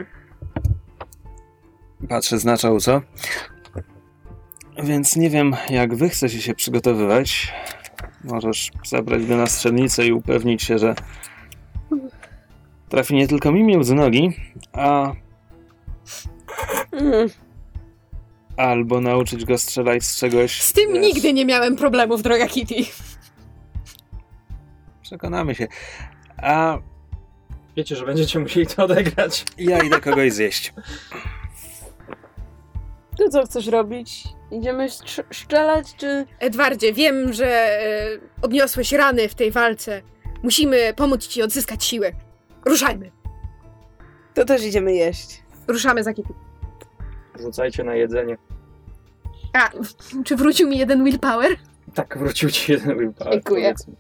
Patrzę znaczał, co? Więc nie wiem, jak wy chcecie się przygotowywać. Możesz zabrać go na strzelnicę i upewnić się, że trafi nie tylko mi między nogi, a albo nauczyć go strzelać z czegoś. Z tym nigdy nie miałem problemów, droga Kitty. Przekonamy się. A Wiecie, że będziecie musieli to odegrać. ja idę kogoś zjeść. To co chcesz robić? Idziemy strzelać, czy... Edwardzie, wiem, że odniosłeś rany w tej walce. Musimy pomóc ci odzyskać siłę. Ruszajmy. To też idziemy jeść. Ruszamy za Kitty. Rzucajcie na jedzenie. A, czy wrócił mi jeden willpower? Tak, wrócił ci jeden willpower. Dziękuję. Powiedzmy.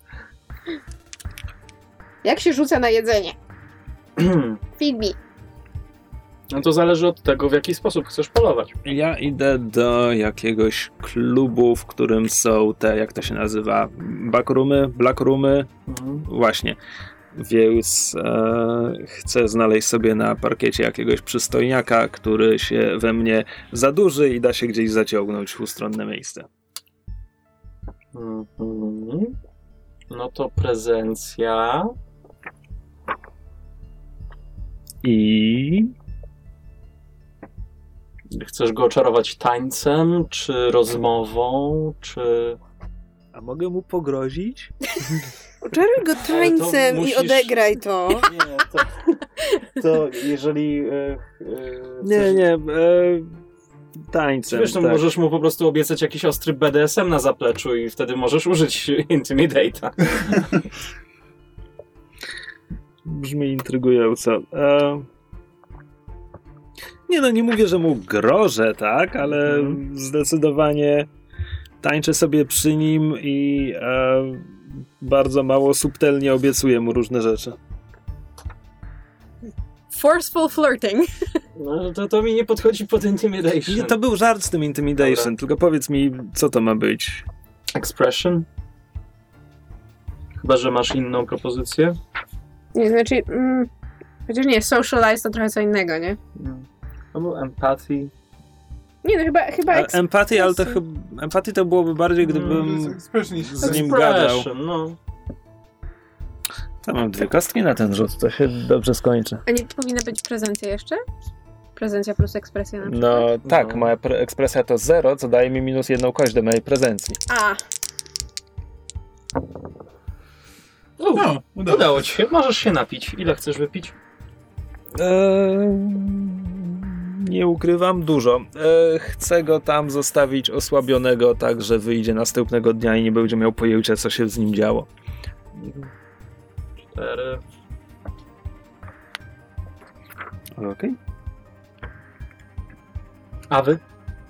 Jak się rzuca na jedzenie? Feed me. No to zależy od tego, w jaki sposób chcesz polować. Ja idę do jakiegoś klubu, w którym są te, jak to się nazywa, backroomy, blackroomy, właśnie. Więc chcę znaleźć sobie na parkiecie jakiegoś przystojniaka, który się we mnie zadurzy i da się gdzieś zaciągnąć w ustronne miejsce. No to prezencja. I Chcesz go oczarować tańcem, czy rozmową, czy... A mogę mu pogrozić? Oczaruj go tańcem musisz- i odegraj to. Nie, to jeżeli... Nie, tańcem. Wiesz, no tak. możesz mu po prostu obiecać jakiś ostry BDSM na zapleczu i wtedy możesz użyć Intimidate'a. Brzmi intrygująco. Nie no, nie mówię, że mu grożę, tak, ale zdecydowanie tańczę sobie przy nim i bardzo mało subtelnie obiecuję mu różne rzeczy. Forceful flirting. No to mi nie podchodzi pod Intimidation. Nie, to był żart z tym Intimidation, Dobra. tylko powiedz mi, co to ma być? Expression? Chyba, że masz inną propozycję? Nie, znaczy... chociaż nie, socialize to trochę co innego, nie? Albo empathy. Nie no, chyba Empatii, ale to chyba... Empatii to byłoby bardziej, gdybym z nim gadał. No. To mam 2 kostki na ten rzut, to się dobrze skończy. A nie powinna być prezencja jeszcze? Prezencja plus ekspresja na przykład? No tak, No. moja ekspresja to 0, co daje mi -1 kość do mojej prezencji. A, No, Udało ci się. Możesz się napić. Ile chcesz wypić? Nie ukrywam, dużo. Chcę go tam zostawić osłabionego, tak że wyjdzie następnego dnia i nie będzie miał pojęcia, co się z nim działo. 4. Okej. A wy?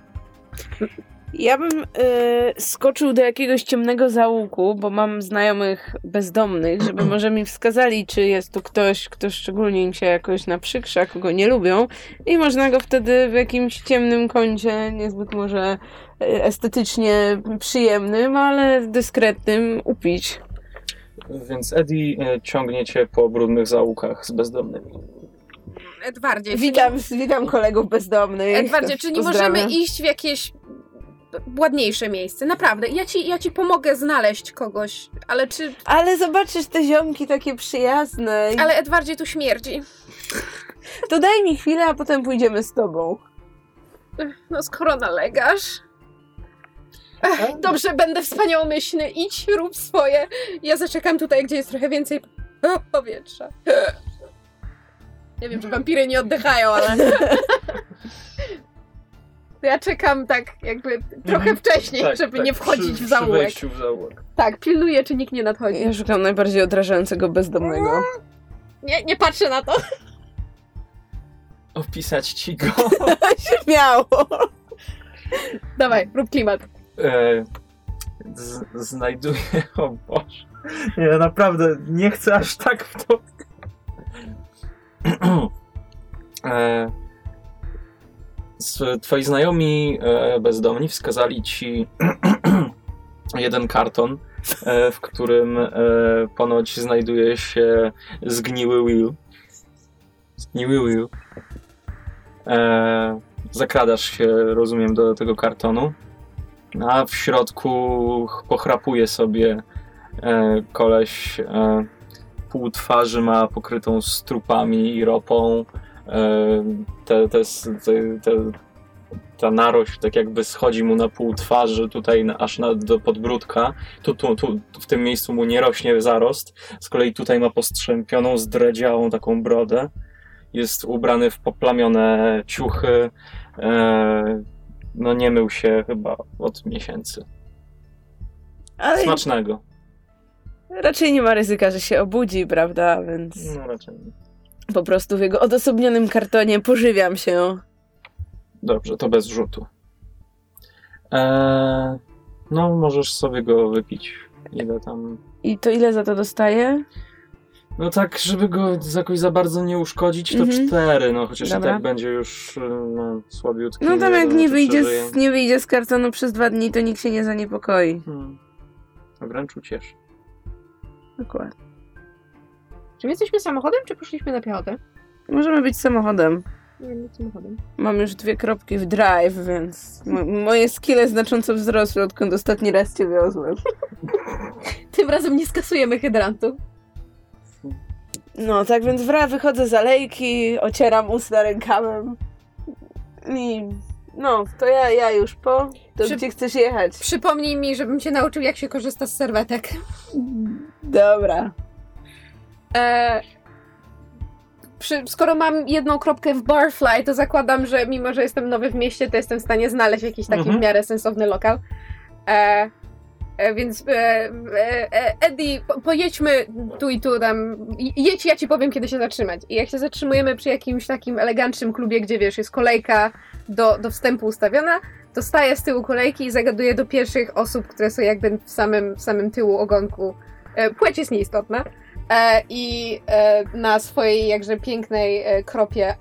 Ja bym skoczył do jakiegoś ciemnego zaułku, bo mam znajomych bezdomnych, żeby może mi wskazali, czy jest tu ktoś, kto szczególnie im się jakoś naprzykrza, kogo nie lubią i można go wtedy w jakimś ciemnym kącie, niezbyt może estetycznie przyjemnym, ale dyskretnym upić. Więc Eddie ciągnie cię po brudnych zaułkach z bezdomnymi. Edwardzie. Witam kolegów bezdomnych. Edwardzie, czy nie Pozdrawiam. możemy iść w jakieś ładniejsze miejsce? Naprawdę. Ja ci pomogę znaleźć kogoś, ale czy... Ale zobaczysz te ziomki takie przyjazne. Ale Edwardzie tu śmierdzi. To daj mi chwilę, a potem pójdziemy z tobą. No skoro nalegasz... Dobrze, będę wspaniałomyślny. Idź, rób swoje. Ja zaczekam tutaj, gdzie jest trochę więcej powietrza. Ja wiem, że wampiry nie oddychają, ale... Ja czekam tak jakby trochę wcześniej, żeby nie wchodzić w Przy zaułek. wejściu w zaułek. Tak, pilnuję, czy nikt nie nadchodzi. Ja szukam najbardziej odrażającego bezdomnego. Nie patrzę na to. Opisać ci go. Śmiało. Dawaj, rób klimat. znajduję... O Boże. Ja naprawdę nie chcę aż tak w to... Twoi znajomi bezdomni wskazali ci jeden karton, w którym ponoć znajduje się zgniły Will. Zakradasz się, rozumiem, do tego kartonu, a w środku pochrapuje sobie koleś. Pół twarzy ma pokrytą strupami i ropą. Ta narośl tak jakby schodzi mu na pół twarzy, tutaj aż do podbródka. Tu w tym miejscu mu nie rośnie zarost. Z kolei tutaj ma postrzępioną, zdredziałą taką brodę. Jest ubrany w poplamione ciuchy. No nie mył się chyba od miesięcy. Ale Smacznego. raczej nie ma ryzyka, że się obudzi, prawda? Więc No raczej nie. po prostu w jego odosobnionym kartonie pożywiam się. Dobrze, to bez rzutu. No, możesz sobie go wypić. Ile tam... I to ile za to dostaję? No tak, żeby go jakoś za bardzo nie uszkodzić, to 4, no chociaż Dobra. i tak będzie już słabiutki. No tam nie jak wiadomo, nie czy wyjdzie, przeżyje. nie wyjdzie z kartonu przez 2 dni, to nikt się nie zaniepokoi. Wręcz ucieszy. Dokładnie. Czy my jesteśmy samochodem, czy poszliśmy na piechotę? Możemy być samochodem. Nie, samochodem. Mam już 2 kropki w drive, więc moje skille znacząco wzrosły, odkąd ostatni raz cię wiozłem. Tym razem nie skasujemy hydrantu. No, tak więc wychodzę z alejki, ocieram usta rękawem i no, to ja już to gdzie chcesz jechać? Przypomnij mi, żebym cię nauczył, jak się korzysta z serwetek. Dobra. Skoro mam 1 kropkę w Barfly, to zakładam, że mimo, że jestem nowy w mieście, to jestem w stanie znaleźć jakiś taki w miarę sensowny lokal. Więc Eddie, pojedźmy tu i tu tam. Jedź, ja ci powiem, kiedy się zatrzymać. I jak się zatrzymujemy przy jakimś takim eleganckim klubie, gdzie wiesz, jest kolejka do wstępu ustawiona, to staję z tyłu kolejki i zagaduję do pierwszych osób, które są jakby w samym tyłu ogonku. Płeć jest nieistotna. I na swojej jakże pięknej kropie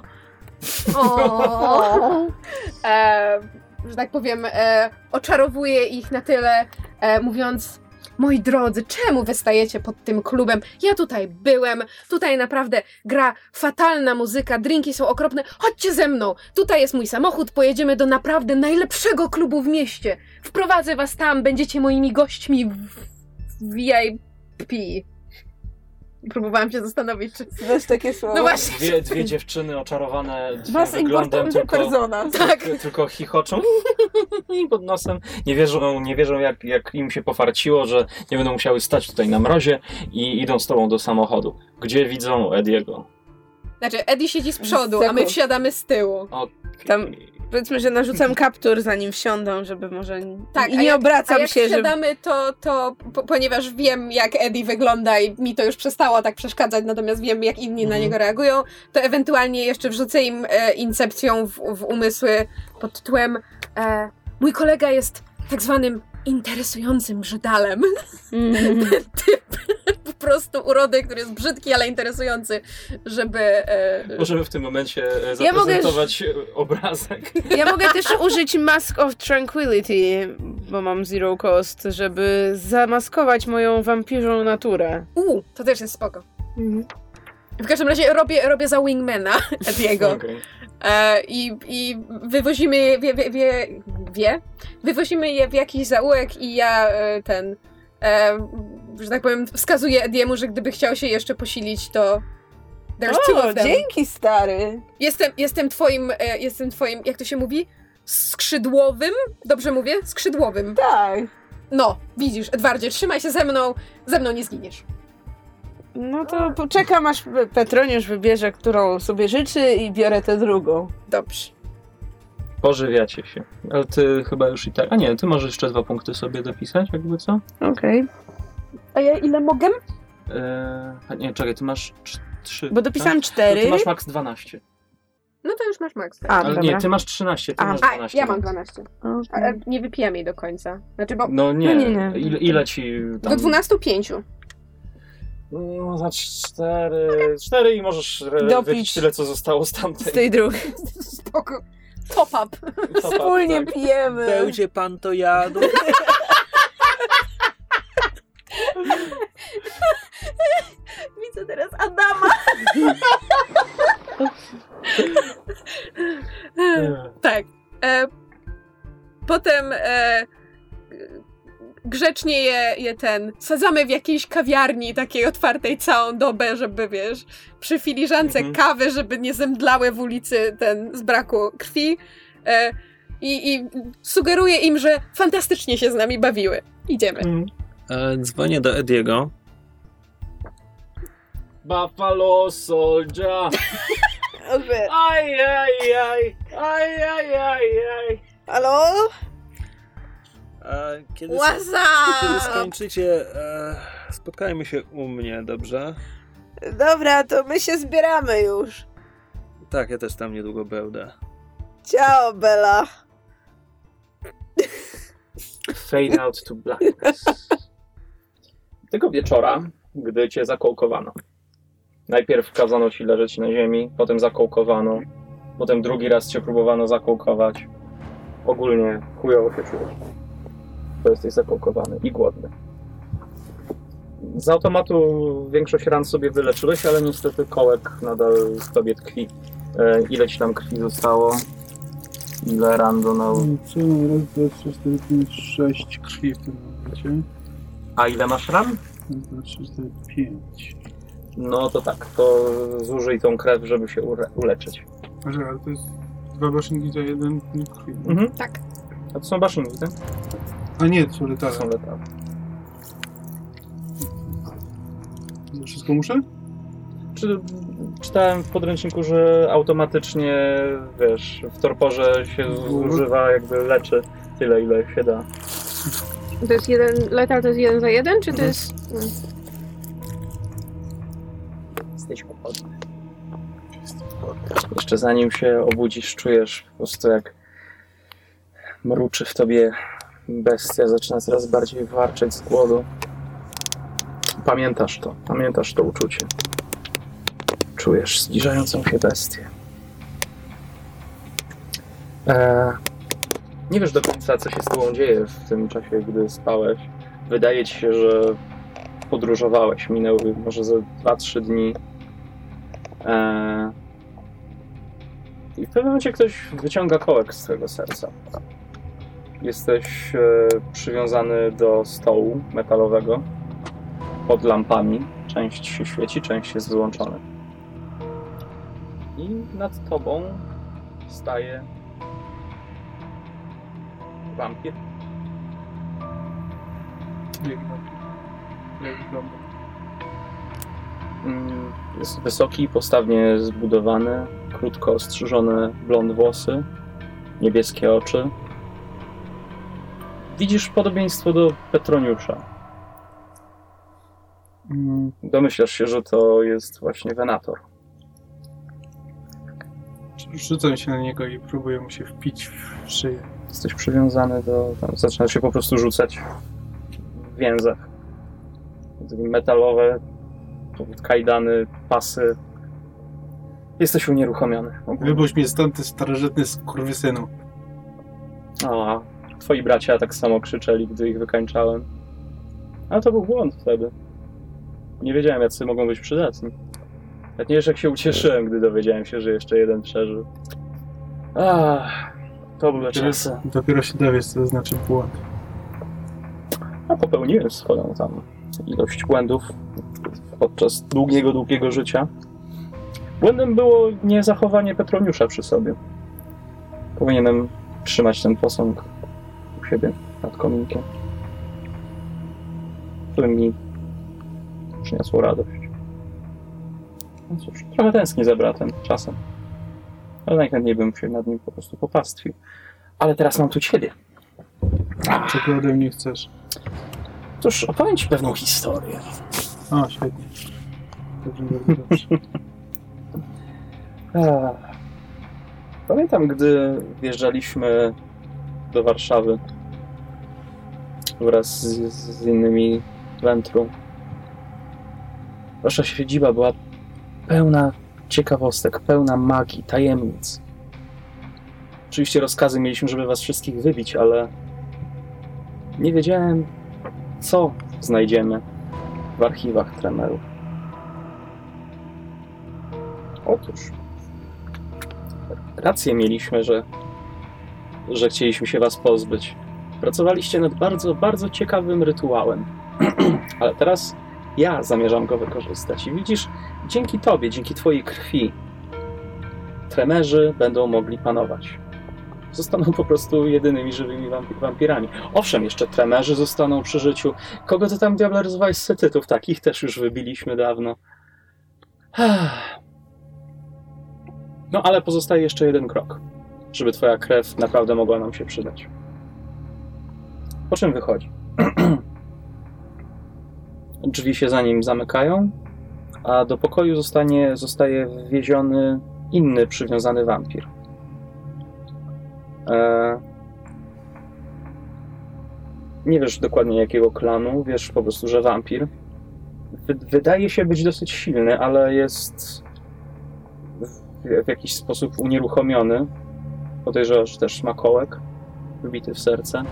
że tak powiem, oczarowuje ich na tyle, mówiąc: moi drodzy, czemu wy stajecie pod tym klubem? Ja tutaj byłem, tutaj naprawdę gra fatalna muzyka, drinki są okropne, chodźcie ze mną, tutaj jest mój samochód, pojedziemy do naprawdę najlepszego klubu w mieście, wprowadzę was tam, będziecie moimi gośćmi w VIP. Próbowałam się zastanowić, czy... Znasz takie słowa? No właśnie. Dwie dziewczyny oczarowane Was wyglądem persona. tylko chichoczą pod nosem. Nie wierzą jak im się pofarciło, że nie będą musiały stać tutaj na mrozie i idą z tobą do samochodu. Gdzie widzą Ediego? Znaczy, Eddie siedzi z przodu, a my wsiadamy z tyłu. Okay. Tam powiedzmy, że narzucam kaptur, zanim wsiądą, żeby może... Tak, I nie obracam się, jak wsiadamy, ponieważ wiem, jak Eddie wygląda i mi to już przestało tak przeszkadzać, natomiast wiem, jak inni na niego reagują, to ewentualnie jeszcze wrzucę im incepcją w umysły pod tytułem mój kolega jest tak zwanym interesującym brzydalem. Ten typ po prostu urody, który jest brzydki, ale interesujący, żeby... Możemy w tym momencie zaprezentować obrazek. Ja mogę też użyć Mask of Tranquility, bo mam zero cost, żeby zamaskować moją wampirzą naturę. To też jest spoko. W każdym razie robię za wingmana Ediego. Okay. I wywozimy je, wywozimy je w jakiś zaułek i ja że tak powiem, wskazuję Ediemu, że gdyby chciał się jeszcze posilić, to dzięki, stary! Jestem twoim, jak to się mówi? Skrzydłowym? Dobrze mówię? Skrzydłowym. Tak. No, widzisz, Edwardzie, trzymaj się ze mną nie zginiesz. No to poczekam, aż Petroniusz wybierze, którą sobie życzy i biorę tę drugą. Dobrze. Pożywiacie się. Ale ty chyba już i tak... A nie, ty możesz jeszcze 2 punkty sobie dopisać, jakby co? Okej. A ja ile mogę? Nie, czekaj, ty masz 3. Bo dopisałam 4. To ty masz max 12. No to już masz maks. A, Ale dobra. nie, ty masz 13, ty masz 12. ja mam 12. Ale nie wypijam jej do końca. Znaczy, bo No nie, No nie. Ile ci tam... do 12 5. No, za 4 i możesz Dopić. wypić tyle, co zostało z Z tamtej. tej drugiej. Spoko. Top up. Wspólnie tak. pijemy. Będzie pan to jadł? Widzę teraz Adama. Tak. Potem grzecznie je sadzamy w jakiejś kawiarni takiej otwartej całą dobę, żeby, wiesz, przy filiżance kawy, żeby nie zemdlały w ulicy z braku krwi. I sugeruję im, że fantastycznie się z nami bawiły. Idziemy. Dzwonię do Ediego. Buffalo Soldier. Aj. Halo? Kiedy What's skończycie, spotkajmy się u mnie, dobrze? Dobra, to my się zbieramy już. Tak, ja też tam niedługo będę. Ciao, Bella. Fade out to blackness. Tego wieczora, gdy cię zakołkowano. Najpierw kazano ci leżeć na ziemi, potem zakołkowano, potem drugi raz cię próbowano zakołkować. Ogólnie chujowo się czułeś, bo jesteś zakołkowany i głodny. Z automatu większość ran sobie wyleczyłeś, ale niestety kołek nadal w tobie tkwi. Ile ci tam krwi zostało? Ile ran do Co? Raz, dwa, trzy, 4, 5, 6 krwi w tym momencie. A ile masz ran? Raz, dwa, trzy, 4, 5. No to tak, to zużyj tą krew, żeby się uleczyć. Ale to jest 2 baszniki za 1 punkt krwi. Tak. A to są baszniki, tak? A nie, to są To letale. są letale. Za wszystko muszę? Czytałem w podręczniku, że automatycznie, wiesz, w torporze się zużywa, jakby leczy tyle, ile się da. To jest letal to jest 1 za 1, czy to jest... Jesteś głodny. Jeszcze zanim się obudzisz, czujesz po prostu jak mruczy w tobie bestia, zaczyna coraz bardziej warczeć z głodu. Pamiętasz to uczucie. Czujesz zbliżającą się bestię. Nie wiesz do końca, co się z tobą dzieje w tym czasie, gdy spałeś. Wydaje ci się, że podróżowałeś. Minęły może ze 2-3 dni. I w pewnym momencie ktoś wyciąga kołek z twojego serca. Jesteś przywiązany do stołu metalowego pod lampami. Część się świeci, część jest wyłączona. I nad tobą staje wampir. Jak wygląda? Jest wysoki, postawnie zbudowany, krótko ostrzyżone blond włosy, niebieskie oczy. Widzisz podobieństwo do Petroniusza. Domyślasz się, że to jest właśnie Venator. Rzucam się na niego i próbuję mu się wpić w szyję. Jesteś przywiązany do... Zaczynasz się po prostu rzucać w więzach. Takie metalowe, kajdany, pasy. Jesteś unieruchomiony. Wypuść mnie stąd, ty starożytny skurwysynu. A twoi bracia tak samo krzyczeli, gdy ich wykańczałem. Ale to był błąd wtedy. Nie wiedziałem, jacy mogą być przydatni. Jak nie wiesz, jak się ucieszyłem, gdy dowiedziałem się, że jeszcze jeden przeżył. To były czasy. Dopiero się dowiesz, co to znaczy błąd. A popełniłem swoją tam ilość błędów podczas długiego życia. Błędem było niezachowanie Petroniusza przy sobie. Powinienem trzymać ten posąg u siebie nad kominkiem. To by mi przyniosło radość. No cóż, trochę tęsknię za bratem czasem. Ale najchętniej bym się nad nim po prostu popastwił. Ale teraz mam tu ciebie. Czego ode mnie chcesz? Cóż, opowiem ci pewną historię. O, świetnie. Dobrze. Pamiętam, gdy wjeżdżaliśmy do Warszawy wraz z innymi Ventru. Wasza siedziba była pełna ciekawostek, pełna magii, tajemnic. Oczywiście rozkazy mieliśmy, żeby was wszystkich wybić, ale nie wiedziałem, co znajdziemy w archiwach Tremerów. Otóż rację mieliśmy, że chcieliśmy się was pozbyć. Pracowaliście nad bardzo, bardzo ciekawym rytuałem. Ale teraz ja zamierzam go wykorzystać. I widzisz, dzięki tobie, dzięki twojej krwi Tremerzy będą mogli panować. Zostaną po prostu jedynymi żywymi wampirami. Owszem, jeszcze Tremerzy zostaną przy życiu. Kogo ty tam diableryzowałeś z setytów? Takich też już wybiliśmy dawno. No ale pozostaje jeszcze jeden krok, żeby twoja krew naprawdę mogła nam się przydać. Po czym wychodzi? Drzwi się za nim zamykają, a do pokoju zostaje wwieziony inny przywiązany wampir. Nie wiesz dokładnie jakiego klanu, wiesz po prostu, że wampir. Wydaje się być dosyć silny, ale jest w jakiś sposób unieruchomiony. Podejrzewasz też smakołek wybity w serce.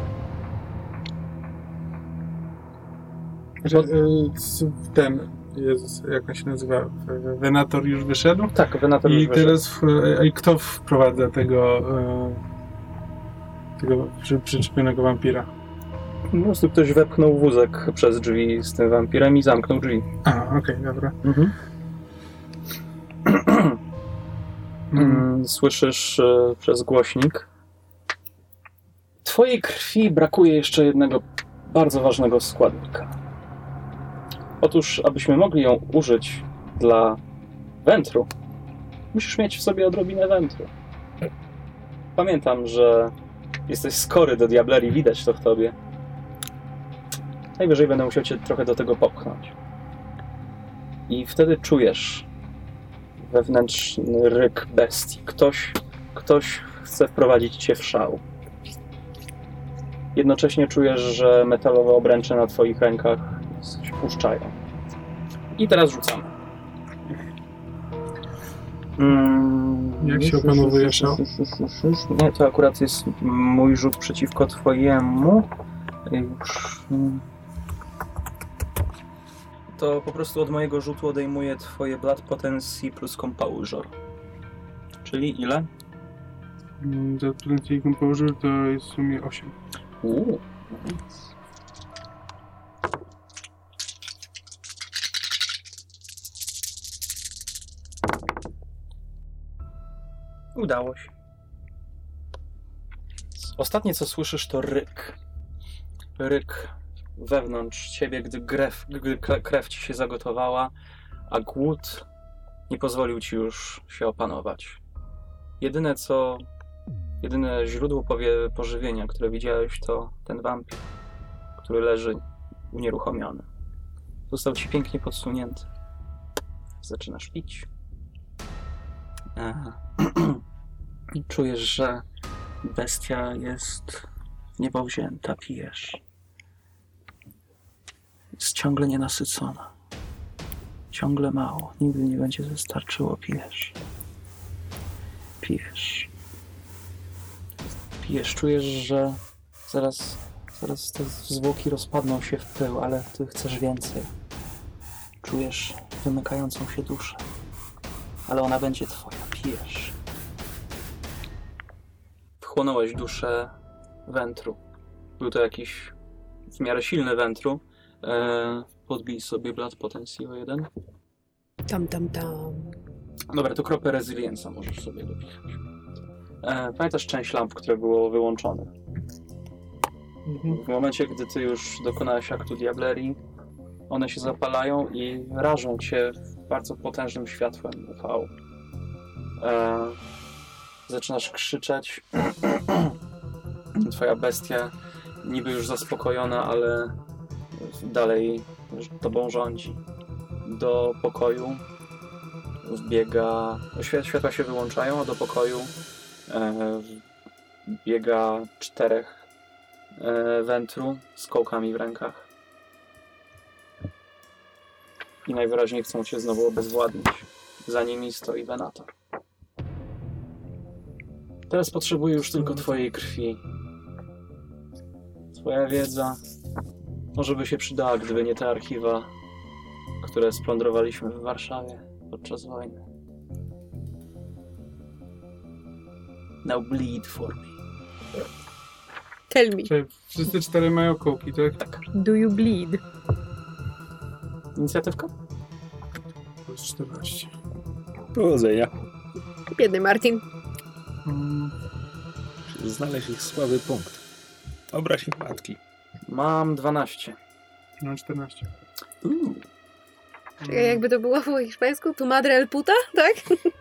Ten, Jezus, jak on się nazywa? Venator już wyszedł? Tak, Venator już wyszedł. I kto wprowadza tego przyczepionego wampira? Po prostu ktoś wepchnął wózek przez drzwi z tym wampirem i zamknął drzwi. Okej, dobra. Słyszysz przez głośnik. Twojej krwi brakuje jeszcze jednego bardzo ważnego składnika. Otóż, abyśmy mogli ją użyć dla Ventru, musisz mieć w sobie odrobinę Ventru. Pamiętam, że jesteś skory do diablerii, widać to w tobie. Najwyżej będę musiał cię trochę do tego popchnąć. I wtedy czujesz wewnętrzny ryk bestii. Ktoś chce wprowadzić cię w szał. Jednocześnie czujesz, że metalowe obręcze na twoich rękach się puszczają. I teraz rzucamy. Jak się opanowuje szał? Nie, to akurat jest mój rzut przeciwko twojemu. To po prostu od mojego rzutu odejmuję twoje Blood Potency plus Composure. Czyli ile? Za Potency i Composure to jest w sumie 8. Nice. Udało się. Ostatnie co słyszysz to ryk. Ryk wewnątrz ciebie, gdy krew ci się zagotowała, a głód nie pozwolił ci już się opanować. Jedyne źródło pożywienia, które widziałeś, to ten wampir, który leży unieruchomiony. Został ci pięknie podsunięty. Zaczynasz pić. Czujesz, że bestia jest w niebo wzięta, pijesz. Jest ciągle nienasycona. Ciągle mało. Nigdy nie będzie wystarczyło, pijesz. Pijesz. Pijesz, czujesz, że zaraz te zwłoki rozpadną się w pył, ale ty chcesz więcej. Czujesz wymykającą się duszę. Ale ona będzie twoja. Pijesz. Wchłonąłeś duszę Ventru. Był to jakiś w miarę silny Ventru. Podbij sobie Blood Potency o 1. Tam. Dobra, to kropę Resilience'a możesz sobie dopisać. Pamiętasz część lamp, które było wyłączone? W momencie, gdy ty już dokonałeś aktu diablerii, one się zapalają i rażą cię bardzo potężnym światłem UV. Zaczynasz krzyczeć. Twoja bestia niby już zaspokojona, ale dalej tobą rządzi. Do pokoju wbiega... Światła się wyłączają, a do pokoju Biega 4 wętru z kołkami w rękach. I najwyraźniej chcą cię znowu obezwładnić. Za nimi stoi Venator. Teraz potrzebuję już tylko twojej krwi. Twoja wiedza może by się przydała, gdyby nie te archiwa, które splądrowaliśmy w Warszawie podczas wojny. Now bleed for me. Tell me, Czyli wszyscy 4 mają kołki, tak? Tak. do you bleed? Inicjatywka? To jest 14. Powodzenia. Biedny Martin. Znaleźć ich słaby punkt. Obraź ich matki. Mam 12. Mam 14. Czekaj, jakby to było po hiszpańsku? Tu madre el puta, tak?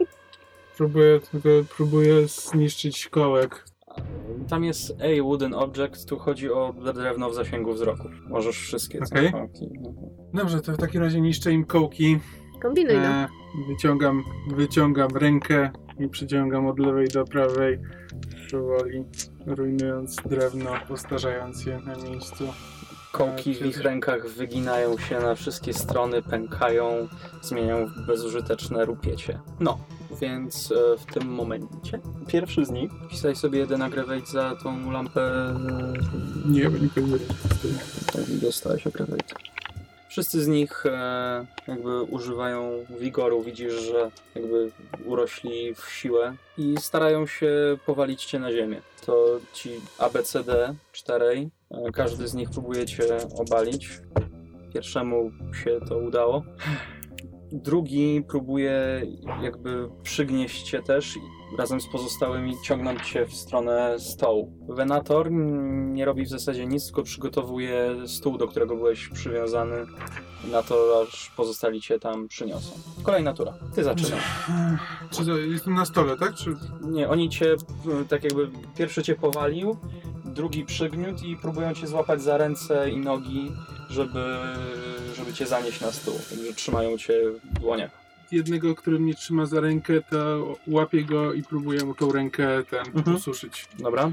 Próbuję zniszczyć kołek. Tam jest A wooden object, tu chodzi o drewno w zasięgu wzroku. Możesz wszystkie Okej. kołki. Dobrze, to w takim razie niszczę im kołki. Kombinuj no. Wyciągam rękę i przyciągam od lewej do prawej, powoli rujnując drewno, postarzając je na miejscu. Kołki w ich rękach wyginają się na wszystkie strony, pękają, zmieniają w bezużyteczne rupiecie. No, więc w tym momencie pierwszy z nich, wpisaj sobie 1 aggravate za tą lampę. Nie, bo nie powinien. Dostałeś aggravate. Wszyscy z nich jakby używają wigoru, widzisz, że jakby urośli w siłę i starają się powalić cię na ziemię. To ci ABCD 4, każdy z nich próbuje cię obalić. Pierwszemu się to udało. Drugi próbuje jakby przygnieść cię też i razem z pozostałymi ciągnąć cię w stronę stołu. Venator nie robi w zasadzie nic, tylko przygotowuje stół, do którego byłeś przywiązany na to, aż pozostali cię tam przyniosą. Kolejna tura. Ty zaczynasz. Czy to jestem na stole, tak? Czy... Nie, oni cię tak jakby pierwszy cię powalił, drugi przygniótł i próbują cię złapać za ręce i nogi, żeby cię zanieść na stół. Także trzymają cię w dłoniach. Jednego, który mnie trzyma za rękę, to łapię go i próbuję mu tą rękę ususzyć. Dobra.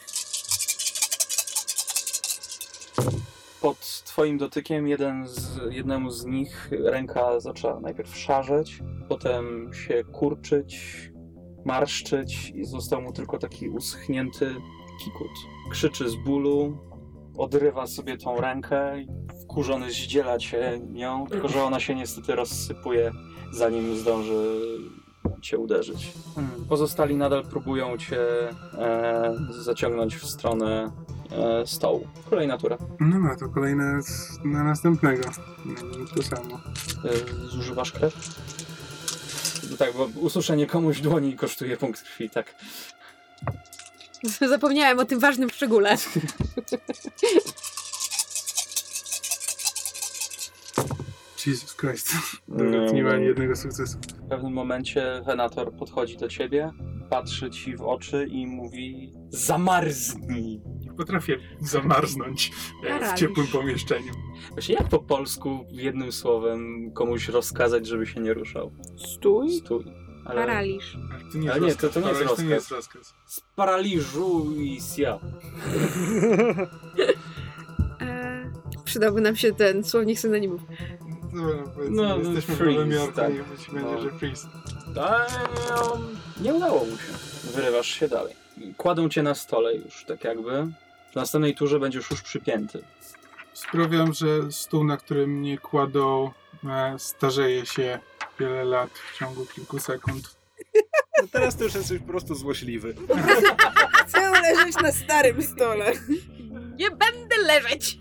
Pod twoim dotykiem jednemu z nich ręka zaczęła najpierw szarzeć, potem się kurczyć, marszczyć i został mu tylko taki uschnięty kikut. Krzyczy z bólu, odrywa sobie tą rękę i wkurzony zdziela cię nią, tylko że ona się niestety rozsypuje, zanim zdąży cię uderzyć. Pozostali nadal próbują cię zaciągnąć w stronę stołu. Kolejna tura. No, to kolejne na następnego. To samo. Zużywasz krew? No tak, bo ususzenie komuś dłoni kosztuje punkt krwi, tak. Zapomniałem o tym ważnym szczególe. Jesus Christ. Nie ma ani jednego sukcesu. W pewnym momencie Venator podchodzi do ciebie, patrzy ci w oczy i mówi: zamarznij! Nie potrafię zamarznąć w ciepłym pomieszczeniu. Właśnie jak po polsku jednym słowem komuś rozkazać, żeby się nie ruszał? Stój. Stój. Ale... Paraliż. To nie Ale nie, to nie jest rozkaz. To nie jest rozkaz. Sparaliżuj się. Przydałby nam się ten słownik synonimów. No, jesteśmy w Nowym Jorku, tak. niech będzie, że freeze. Nie udało mu się. Wyrywasz się dalej. Kładą cię na stole już, tak jakby. W następnej turze będziesz już przypięty. Sprawiam, że stół, na którym mnie kładą, starzeje się wiele lat w ciągu kilku sekund. No teraz to już jesteś po prostu złośliwy. Chcę leżeć na starym stole. Nie będę leżeć.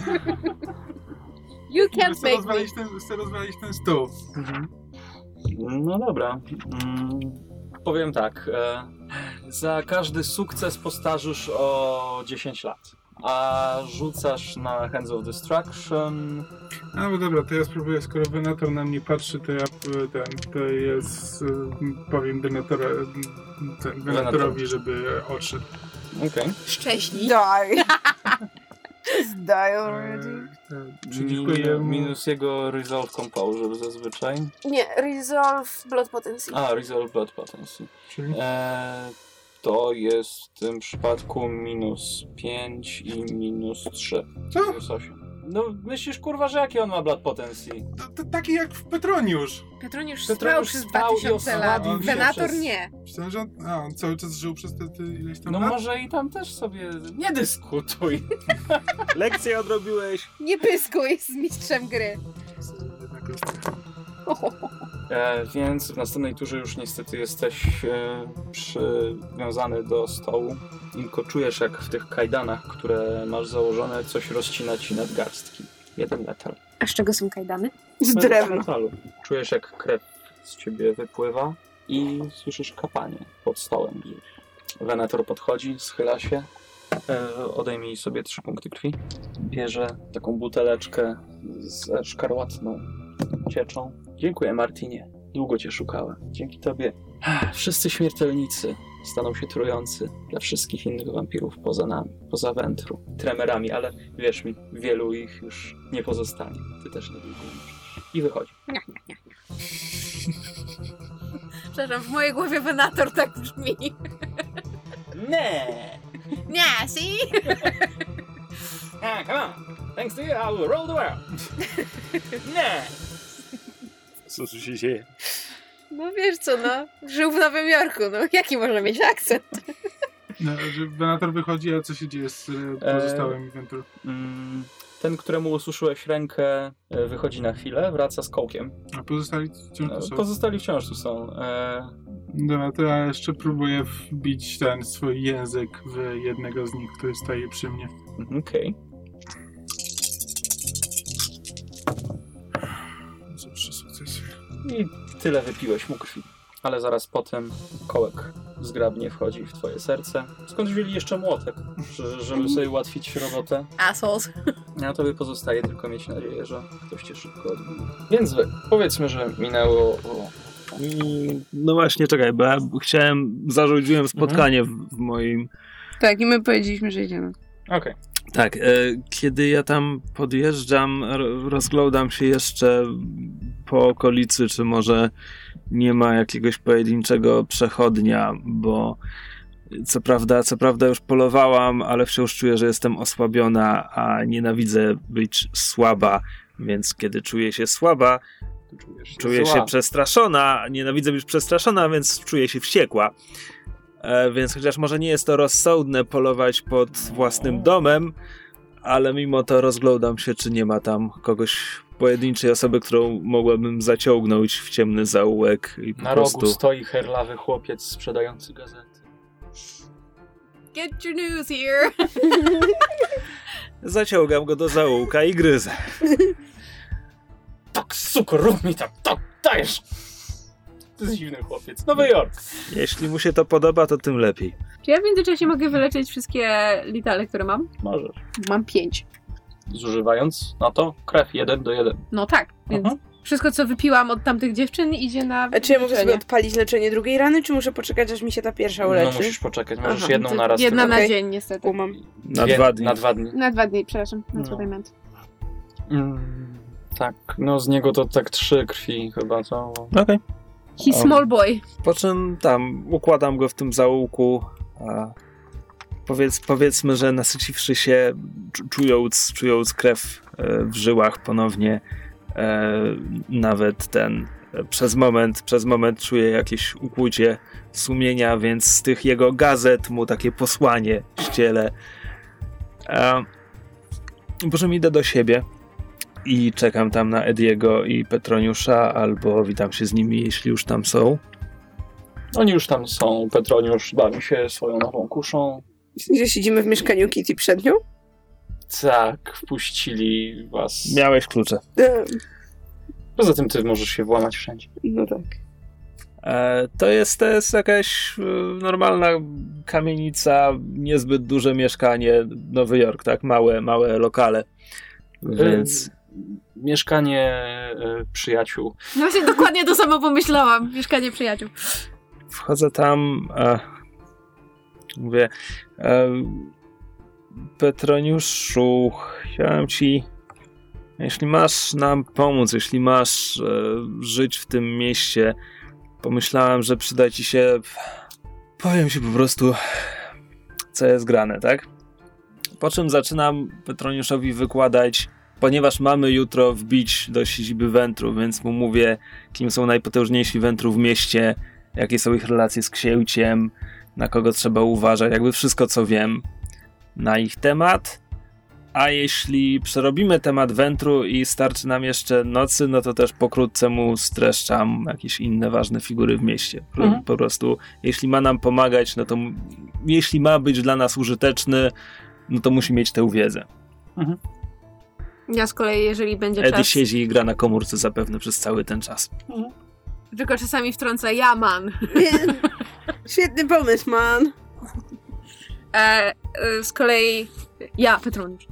You can't make me. Chcę rozwalić ten stół. No dobra. Powiem tak. Za każdy sukces postarzysz o 10 lat. A rzucasz na Hands of Destruction. A no dobra, to ja spróbuję, skoro Venator na mnie patrzy, to ja powiem Venatorowi, żeby odszedł. Okej. Szczęśliwie. Die. Just die already. Przeciwko jemu... Minus jego Resolve Composure zazwyczaj. Nie, Resolve Blood Potency. A, Resolve Blood Potency. Czyli? to jest w tym przypadku -5 i -3. Co? -8. No myślisz, kurwa, że jaki on ma blood potencji? To taki jak w Petroniusz. Petroniusz Petroniusz spał przez spał i 2000 lat. osłabił się Venator przez- nie. Myślałem, że on cały czas żył przez te ileś tam No lat. może i tam też sobie nie dyskutuj. Lekcję odrobiłeś. Nie pyskuj z mistrzem gry. Więc w następnej turze już niestety jesteś przywiązany do stołu. Tylko czujesz, jak w tych kajdanach, które masz założone, coś rozcina ci nadgarstki. 1 metal. A z czego są kajdany? Z drewna. Metalu. Czujesz, jak krew z ciebie wypływa i słyszysz kapanie pod stołem gdzieś. Venator podchodzi, schyla się, odejmij sobie 3 punkty krwi. Bierze taką buteleczkę ze szkarłatną cieczą. Dziękuję, Martinie. Długo cię szukałem. Dzięki tobie wszyscy śmiertelnicy staną się trujący dla wszystkich innych wampirów poza nami, poza Ventru, tremerami, ale wierz mi, wielu ich już nie pozostanie. Ty też niedługo umrzesz. I wychodzi. Przepraszam, w mojej głowie Venator tak brzmi. Nie! Nie, see? Come on! Thanks to you, I will rule the world! Nie! Co tu się dzieje? No wiesz co, no. Żył w Nowym Jorku, no. Jaki może mieć akcent? No, że Venator wychodzi, a co się dzieje z pozostałym Ventur? Ten, któremu usłyszałeś rękę, wychodzi na chwilę, wraca z kołkiem. A pozostali wciąż tu są? Pozostali wciąż tu są. Dobra, to ja jeszcze próbuję wbić ten swój język w jednego z nich, który stoi przy mnie. Okej. Za 3 sukcesy. I tyle wypiłeś mu krwi. Ale zaraz potem kołek zgrabnie wchodzi w twoje serce. Skąd wzięli jeszcze młotek, żeby sobie ułatwić robotę? Assholes. A tobie pozostaje tylko mieć nadzieję, że ktoś cię szybko odbije. Więc powiedzmy, że minęło... No właśnie, czekaj, bo ja zarządziłem spotkanie w moim... Tak, i my powiedzieliśmy, że idziemy. Okej. Tak, kiedy ja tam podjeżdżam, rozglądam się jeszcze po okolicy, czy może nie ma jakiegoś pojedynczego przechodnia, bo co prawda już polowałam, ale wciąż czuję, że jestem osłabiona, a nienawidzę być słaba, więc kiedy czuję się słaba, czuję się przestraszona, nienawidzę być przestraszona, więc czuję się wściekła. Więc chociaż może nie jest to rozsądne polować pod własnym domem, ale mimo to rozglądam się, czy nie ma tam kogoś, pojedynczej osoby, którą mogłabym zaciągnąć w ciemny zaułek i po Na prostu... rogu stoi herlawy chłopiec sprzedający gazety. Get your news here. Zaciągam go do zaułka i gryzę. Tak, suko, rób mi tak, dajesz! To jest dziwny chłopiec. Nowy Jork. Jeśli mu się to podoba, to tym lepiej. Czy ja w międzyczasie mogę wyleczyć wszystkie litale, które mam? Możesz. Mam 5. Zużywając na to krew 1:1. No tak, więc wszystko, co wypiłam od tamtych dziewczyn, idzie na A czy ja mogę leczenie. sobie odpalić leczenie drugiej rany, czy muszę poczekać, aż mi się ta pierwsza uleczy? No musisz poczekać, możesz Aha, jedną To na raz. jedna tylko. na Okej. dzień, niestety. Kumam. Na 2 dni. Na 2 dni. Na 2 dni, przepraszam. That's No. what I meant. Tak, no z niego to tak 3 krwi chyba, co? Okej. He small boy. Po czym tam układam go w tym zaułku, a powiedzmy, że nasyciwszy się, czując krew w żyłach ponownie, nawet przez moment czuję jakieś ukłucie sumienia, więc z tych jego gazet mu takie posłanie ściele. Po czym idę do siebie i czekam tam na Ediego i Petroniusza, albo witam się z nimi, jeśli już tam są. Oni już tam są. Petroniusz bawi się swoją nową kuszą. Gdzie siedzimy w mieszkaniu Kitty przed nią? Tak, wpuścili was. Miałeś klucze. Poza tym ty możesz się włamać wszędzie. No tak. To jest jakaś normalna kamienica, niezbyt duże mieszkanie, Nowy Jork, tak? Małe lokale. Więc... Mieszkanie przyjaciół. No właśnie dokładnie to samo pomyślałam. Mieszkanie przyjaciół. Wchodzę tam, mówię, Petroniuszu, chciałem ci, jeśli masz nam pomóc, jeśli masz żyć w tym mieście, pomyślałem, że przyda ci się Powiem ci po prostu, co jest grane, tak? Po czym zaczynam Petroniuszowi wykładać, ponieważ mamy jutro wbić do siedziby Wentru, więc mu mówię, kim są najpotężniejsi Wentru w mieście, jakie są ich relacje z księciem, na kogo trzeba uważać, jakby wszystko, co wiem na ich temat. A jeśli przerobimy temat Wentru i starczy nam jeszcze nocy, no to też pokrótce mu streszczam jakieś inne ważne figury w mieście. Po prostu, jeśli ma nam pomagać, no to jeśli ma być dla nas użyteczny, no to musi mieć tę wiedzę. Ja z kolei, jeżeli będzie Eddie czas... siedzi i gra na komórce zapewne przez cały ten czas. Tylko czasami wtrąca ja, man. Świetny pomysł, man. Z kolei ja, Petroniusz.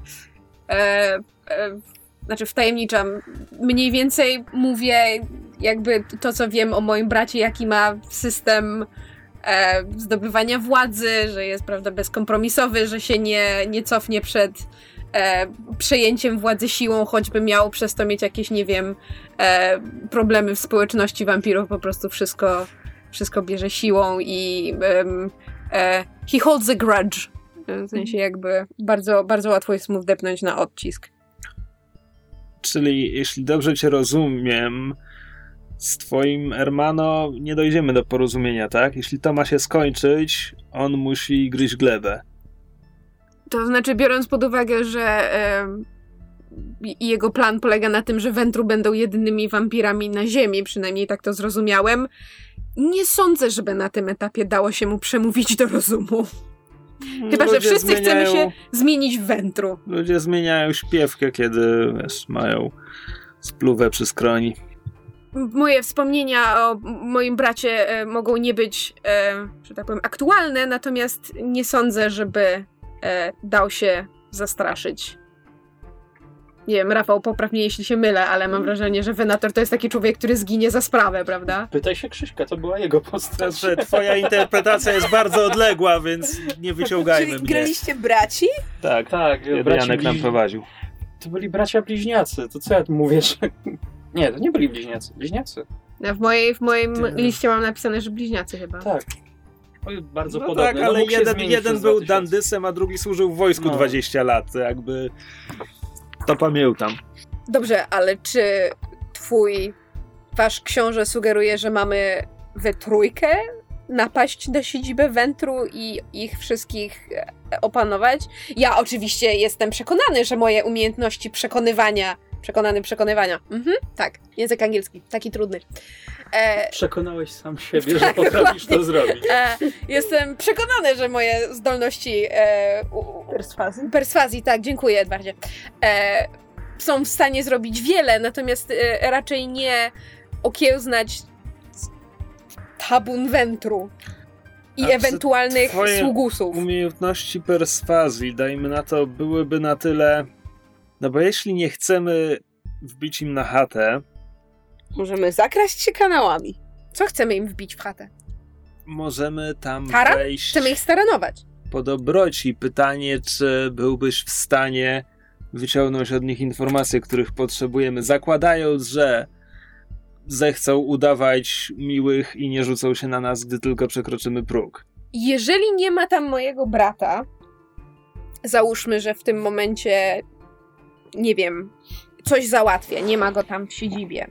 Znaczy wtajemniczam. Mniej więcej mówię jakby to, co wiem o moim bracie, jaki ma system zdobywania władzy, że jest, prawda, bezkompromisowy, że się nie cofnie przed przejęciem władzy siłą, choćby miał przez to mieć jakieś, nie wiem, problemy w społeczności wampirów, po prostu wszystko bierze siłą i he holds a grudge. W sensie jakby bardzo, bardzo łatwo jest mu wdepnąć na odcisk. Czyli jeśli dobrze cię rozumiem, z twoim Ermano nie dojdziemy do porozumienia, tak? Jeśli to ma się skończyć, on musi gryźć glebę. To znaczy, biorąc pod uwagę, że jego plan polega na tym, że Wentru będą jedynymi wampirami na ziemi, przynajmniej tak to zrozumiałem, nie sądzę, żeby na tym etapie dało się mu przemówić do rozumu. Chyba, że wszyscy chcemy się zmienić w Wentru. Ludzie zmieniają śpiewkę, kiedy mają spluwę przy skroni. Moje wspomnienia o moim bracie mogą nie być, że tak powiem, aktualne, natomiast nie sądzę, żeby dał się zastraszyć. Nie wiem, Rafał, popraw mnie, jeśli się mylę, ale mam wrażenie, że Venator to jest taki człowiek, który zginie za sprawę, prawda? Pytaj się Krzyśka, to była jego postać. Że twoja interpretacja jest bardzo odległa, więc nie wyciągajmy Czyli mnie. graliście braci? Tak, braci Janek nam prowadził. To byli bracia bliźniacy, to co ja tu mówię, że... Nie, to nie byli bliźniacy. Bliźniacy. W moim liście mam napisane, że bliźniacy chyba. Tak. Bardzo no podobne. Tak, ale jeden był 2000. dandysem, a drugi służył w wojsku 20 lat. Jakby to pamiętam. Dobrze, ale czy wasz książę sugeruje, że mamy we trójkę napaść na siedzibę Wentru i ich wszystkich opanować? Ja oczywiście jestem przekonany, że moje umiejętności przekonywania. Tak, język angielski, taki trudny. Przekonałeś sam siebie, że potrafisz to zrobić. Jestem przekonany, że moje zdolności perswazji, tak, dziękuję Edwardzie, są w stanie zrobić wiele, natomiast raczej nie okiełznać tabun Wentru i ewentualnych sługusów. Umiejętności perswazji, dajmy na to, byłyby na tyle... No bo jeśli nie chcemy wbić im na chatę... Możemy zakraść się kanałami. Co chcemy im wbić w chatę? Możemy tam wejść... Chcemy ich staranować. Po dobroci. Pytanie, czy byłbyś w stanie wyciągnąć od nich informacje, których potrzebujemy, zakładając, że zechcą udawać miłych i nie rzucą się na nas, gdy tylko przekroczymy próg. Jeżeli nie ma tam mojego brata, załóżmy, że w tym momencie, nie wiem, coś załatwię, nie ma go tam w siedzibie.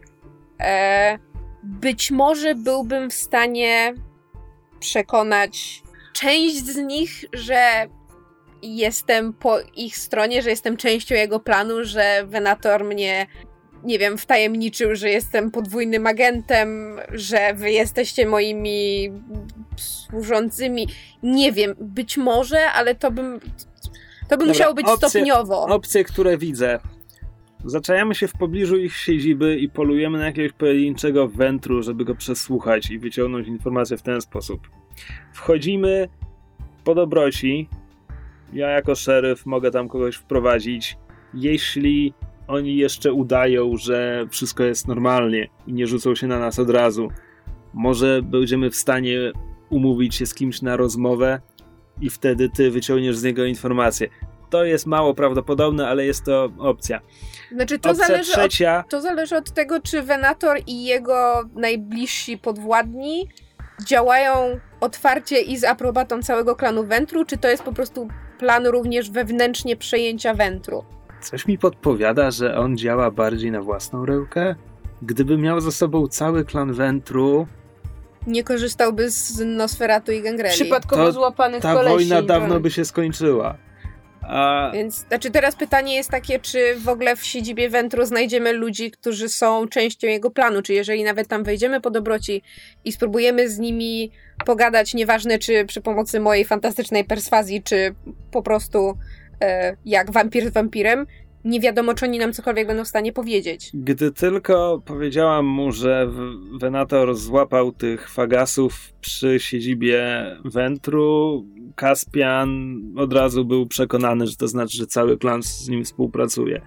Być może byłbym w stanie przekonać część z nich, że jestem po ich stronie, że jestem częścią jego planu, że Venator mnie, nie wiem, wtajemniczył, że jestem podwójnym agentem, że wy jesteście moimi służącymi. Nie wiem, być może, ale to by musiało być stopniowo. Opcje, które widzę. Zaczajamy się w pobliżu ich siedziby i polujemy na jakiegoś pojedynczego Wentru, żeby go przesłuchać i wyciągnąć informacje w ten sposób. Wchodzimy po dobroci. Ja jako szeryf mogę tam kogoś wprowadzić. Jeśli oni jeszcze udają, że wszystko jest normalnie i nie rzucą się na nas od razu, może będziemy w stanie umówić się z kimś na rozmowę i wtedy ty wyciągniesz z niego informacje. To jest mało prawdopodobne, ale jest to opcja. Znaczy to zależy od tego, czy Venator i jego najbliżsi podwładni działają otwarcie i z aprobatą całego klanu Wentru, czy to jest po prostu plan również wewnętrznie przejęcia Wentru? Coś mi podpowiada, że on działa bardziej na własną rękę. Gdyby miał ze sobą cały klan Wentru, Nie korzystałby z Nosferatu i Gangreli. Przypadkowo złapanych ta kolesi. wojna dawno by się skończyła. Więc, znaczy teraz pytanie jest takie, czy w ogóle w siedzibie Wentru znajdziemy ludzi, którzy są częścią jego planu, czy jeżeli nawet tam wejdziemy po dobroci i spróbujemy z nimi pogadać, nieważne czy przy pomocy mojej fantastycznej perswazji, czy po prostu jak wampir z wampirem, nie wiadomo, czy oni nam cokolwiek będą w stanie powiedzieć. Gdy tylko powiedziałam mu, że Venator złapał tych fagasów przy siedzibie Wentru, Caspian od razu był przekonany, że to znaczy, że cały klan z nim współpracuje.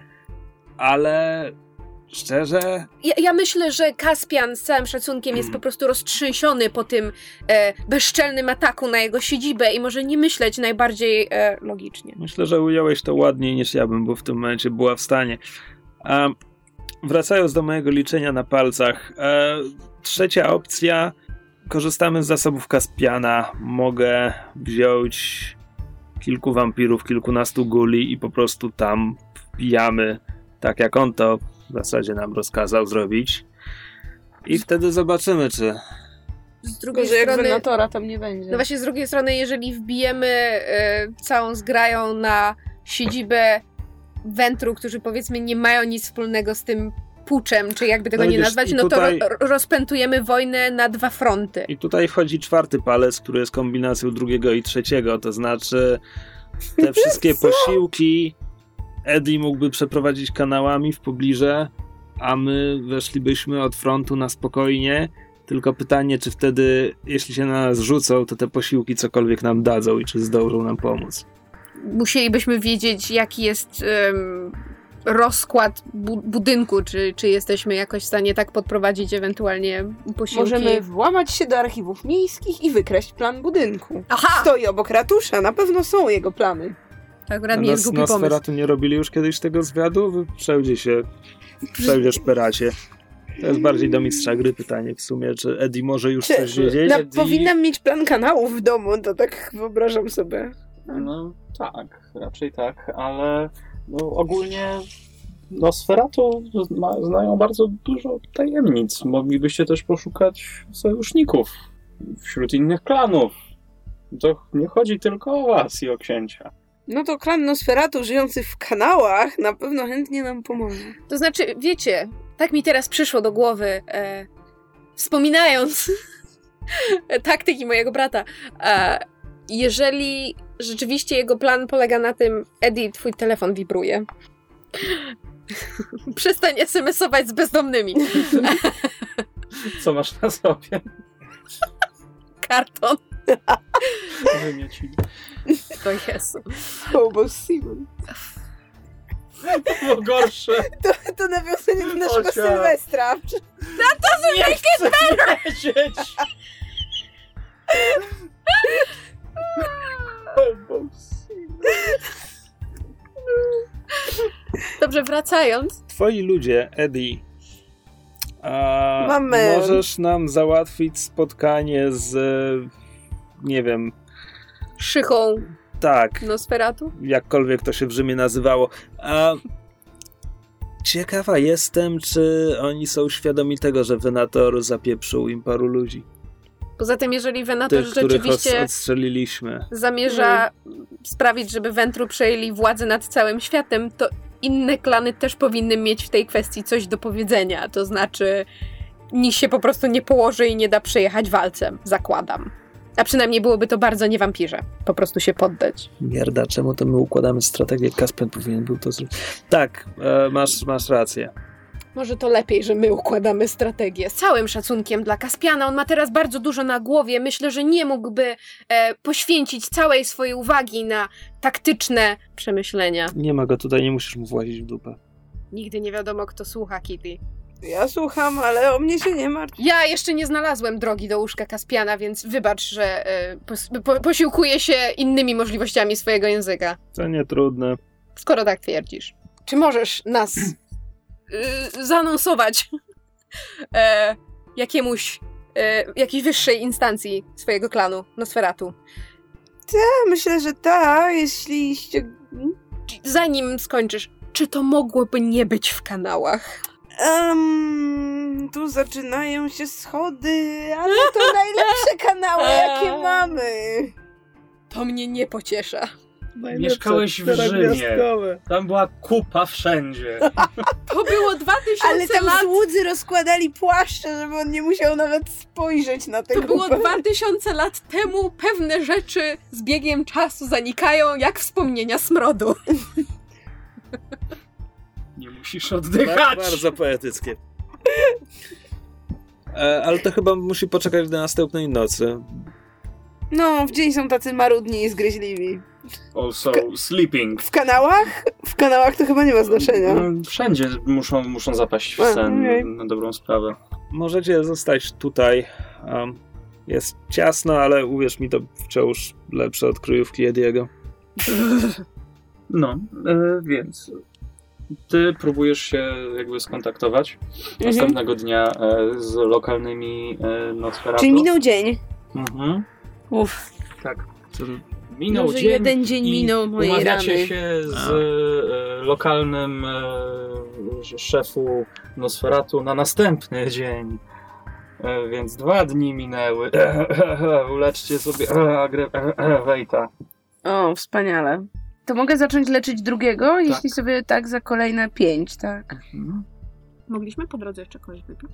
Ale szczerze... Ja myślę, że Caspian z całym szacunkiem jest po prostu roztrzęsiony po tym bezczelnym ataku na jego siedzibę i może nie myśleć najbardziej logicznie. Myślę, że ująłeś to ładniej niż ja bym, bo w tym momencie była w stanie. Wracając do mojego liczenia na palcach, trzecia opcja, korzystamy z zasobów Caspiana. Mogę wziąć kilku wampirów, kilkunastu guli i po prostu tam wbijamy, tak jak on to w zasadzie nam rozkazał zrobić. I wtedy zobaczymy, czy... Z drugiej Tylko, że jak strony... Venatora tam nie będzie. No właśnie, z drugiej strony, jeżeli wbijemy całą zgrają na siedzibę Wentru, którzy powiedzmy nie mają nic wspólnego z tym puczem, czy jakby tego nie nazwać, no tutaj... to rozpętujemy wojnę na dwa fronty. I tutaj wchodzi czwarty palec, który jest kombinacją drugiego i trzeciego, to znaczy te wszystkie posiłki Eddie mógłby przeprowadzić kanałami w pobliżu, a my weszlibyśmy od frontu na spokojnie. Tylko pytanie, czy wtedy, jeśli się na nas rzucą, to te posiłki cokolwiek nam dadzą i czy zdążą nam pomóc. Musielibyśmy wiedzieć, jaki jest rozkład budynku, czy jesteśmy jakoś w stanie tak podprowadzić ewentualnie posiłki. Możemy włamać się do archiwów miejskich i wykraść plan budynku. Aha! Stoi obok ratusza, na pewno są jego plany. To akurat nie jest głupi pomysł. Nosferatu nie robili już kiedyś tego zwiadu? Wy przejdzie szperacie. To jest bardziej do mistrza gry pytanie w sumie, czy Eddie może już coś wiedzieć? Powinnam mieć plan kanałów w domu, to tak wyobrażam sobie. No tak, raczej tak, ale no, ogólnie Nosferatu znają bardzo dużo tajemnic. Moglibyście też poszukać sojuszników wśród innych klanów. To nie chodzi tylko o was i o księcia. No to klan Nosferatu żyjący w kanałach na pewno chętnie nam pomoże. To znaczy, wiecie, tak mi teraz przyszło do głowy, wspominając taktyki mojego brata, jeżeli rzeczywiście jego plan polega na tym, Eddie, twój telefon wibruje. Przestań SMS-ować z bezdomnymi. Co masz na sobie? Karton. Wymieci. To Jezu. Hobo Simon. To było gorsze. To nawiązanie do naszego Osia. Sylwestra. Nie chcę wiedzieć. Dobrze, wracając. Twoi ludzie, Eddie, Mamy. możesz nam załatwić spotkanie z, nie wiem, Szychą tak, Nosferatu? jakkolwiek to się w Rzymie nazywało. Ciekawa jestem, czy oni są świadomi tego, że Venator zapieprzył im paru ludzi. Poza tym, jeżeli Venator Tych, których rzeczywiście odstrzeliliśmy. zamierza sprawić, żeby Wentru przejęli władzę nad całym światem, to inne klany też powinny mieć w tej kwestii coś do powiedzenia. To znaczy, nikt się po prostu nie położy i nie da przejechać walcem, zakładam. A przynajmniej byłoby to bardzo niewampirze. Po prostu się poddać. Mierda, czemu to my układamy strategię? Caspian powinien był to zrobić. Tak, masz rację. Może to lepiej, że my układamy strategię. Z całym szacunkiem dla Caspiana, on ma teraz bardzo dużo na głowie. Myślę, że nie mógłby poświęcić całej swojej uwagi na taktyczne przemyślenia. Nie ma go tutaj, nie musisz mu włazić w dupę. Nigdy nie wiadomo, kto słucha, Kitty. Ja słucham, ale o mnie się nie martw. Ja jeszcze nie znalazłem drogi do łóżka Caspiana, więc wybacz, że posiłkuję się innymi możliwościami swojego języka. To nie trudne. Skoro tak twierdzisz. Czy możesz nas zaanonsować jakiemuś jakiejś wyższej instancji swojego klanu, Nosferatu. Myślę, że tak, jeśli... Zanim skończysz, czy to mogłoby nie być w kanałach? Tu zaczynają się schody, ale to najlepsze kanały, jakie mamy. To mnie nie pociesza. Mieszkałeś w Rzymie. Tam była kupa wszędzie. To było 2000 Ale tam lat. słudzy rozkładali płaszcze, żeby on nie musiał nawet spojrzeć na tę To kupę. było 2000 lat temu. Pewne rzeczy z biegiem czasu zanikają, jak wspomnienia smrodu. Nie musisz oddychać. Bardzo poetyckie. Ale to chyba musi poczekać do następnej nocy. No, w dzień są tacy marudni i zgryźliwi. Also sleeping. W kanałach? W kanałach to chyba nie ma znaczenia. Wszędzie muszą zapaść w sen na dobrą sprawę. Możecie zostać tutaj. Jest ciasno, ale uwierz mi, to wciąż lepsze od kryjówki Ediego. No, więc ty próbujesz się jakby skontaktować następnego dnia z lokalnymi Nosferatu. Czyli minął dzień. Mhm. Uff. Tak. Minął Może dzień jeden dzień i minął mojej umawiacie rany. się z lokalnym szefu Nosferatu na następny dzień. Więc 2 dni minęły. Uleczcie sobie Wejta. O, wspaniale. To mogę zacząć leczyć drugiego, jeśli sobie tak za kolejne 5, tak? Mogliśmy po drodze jeszcze kogoś wypić?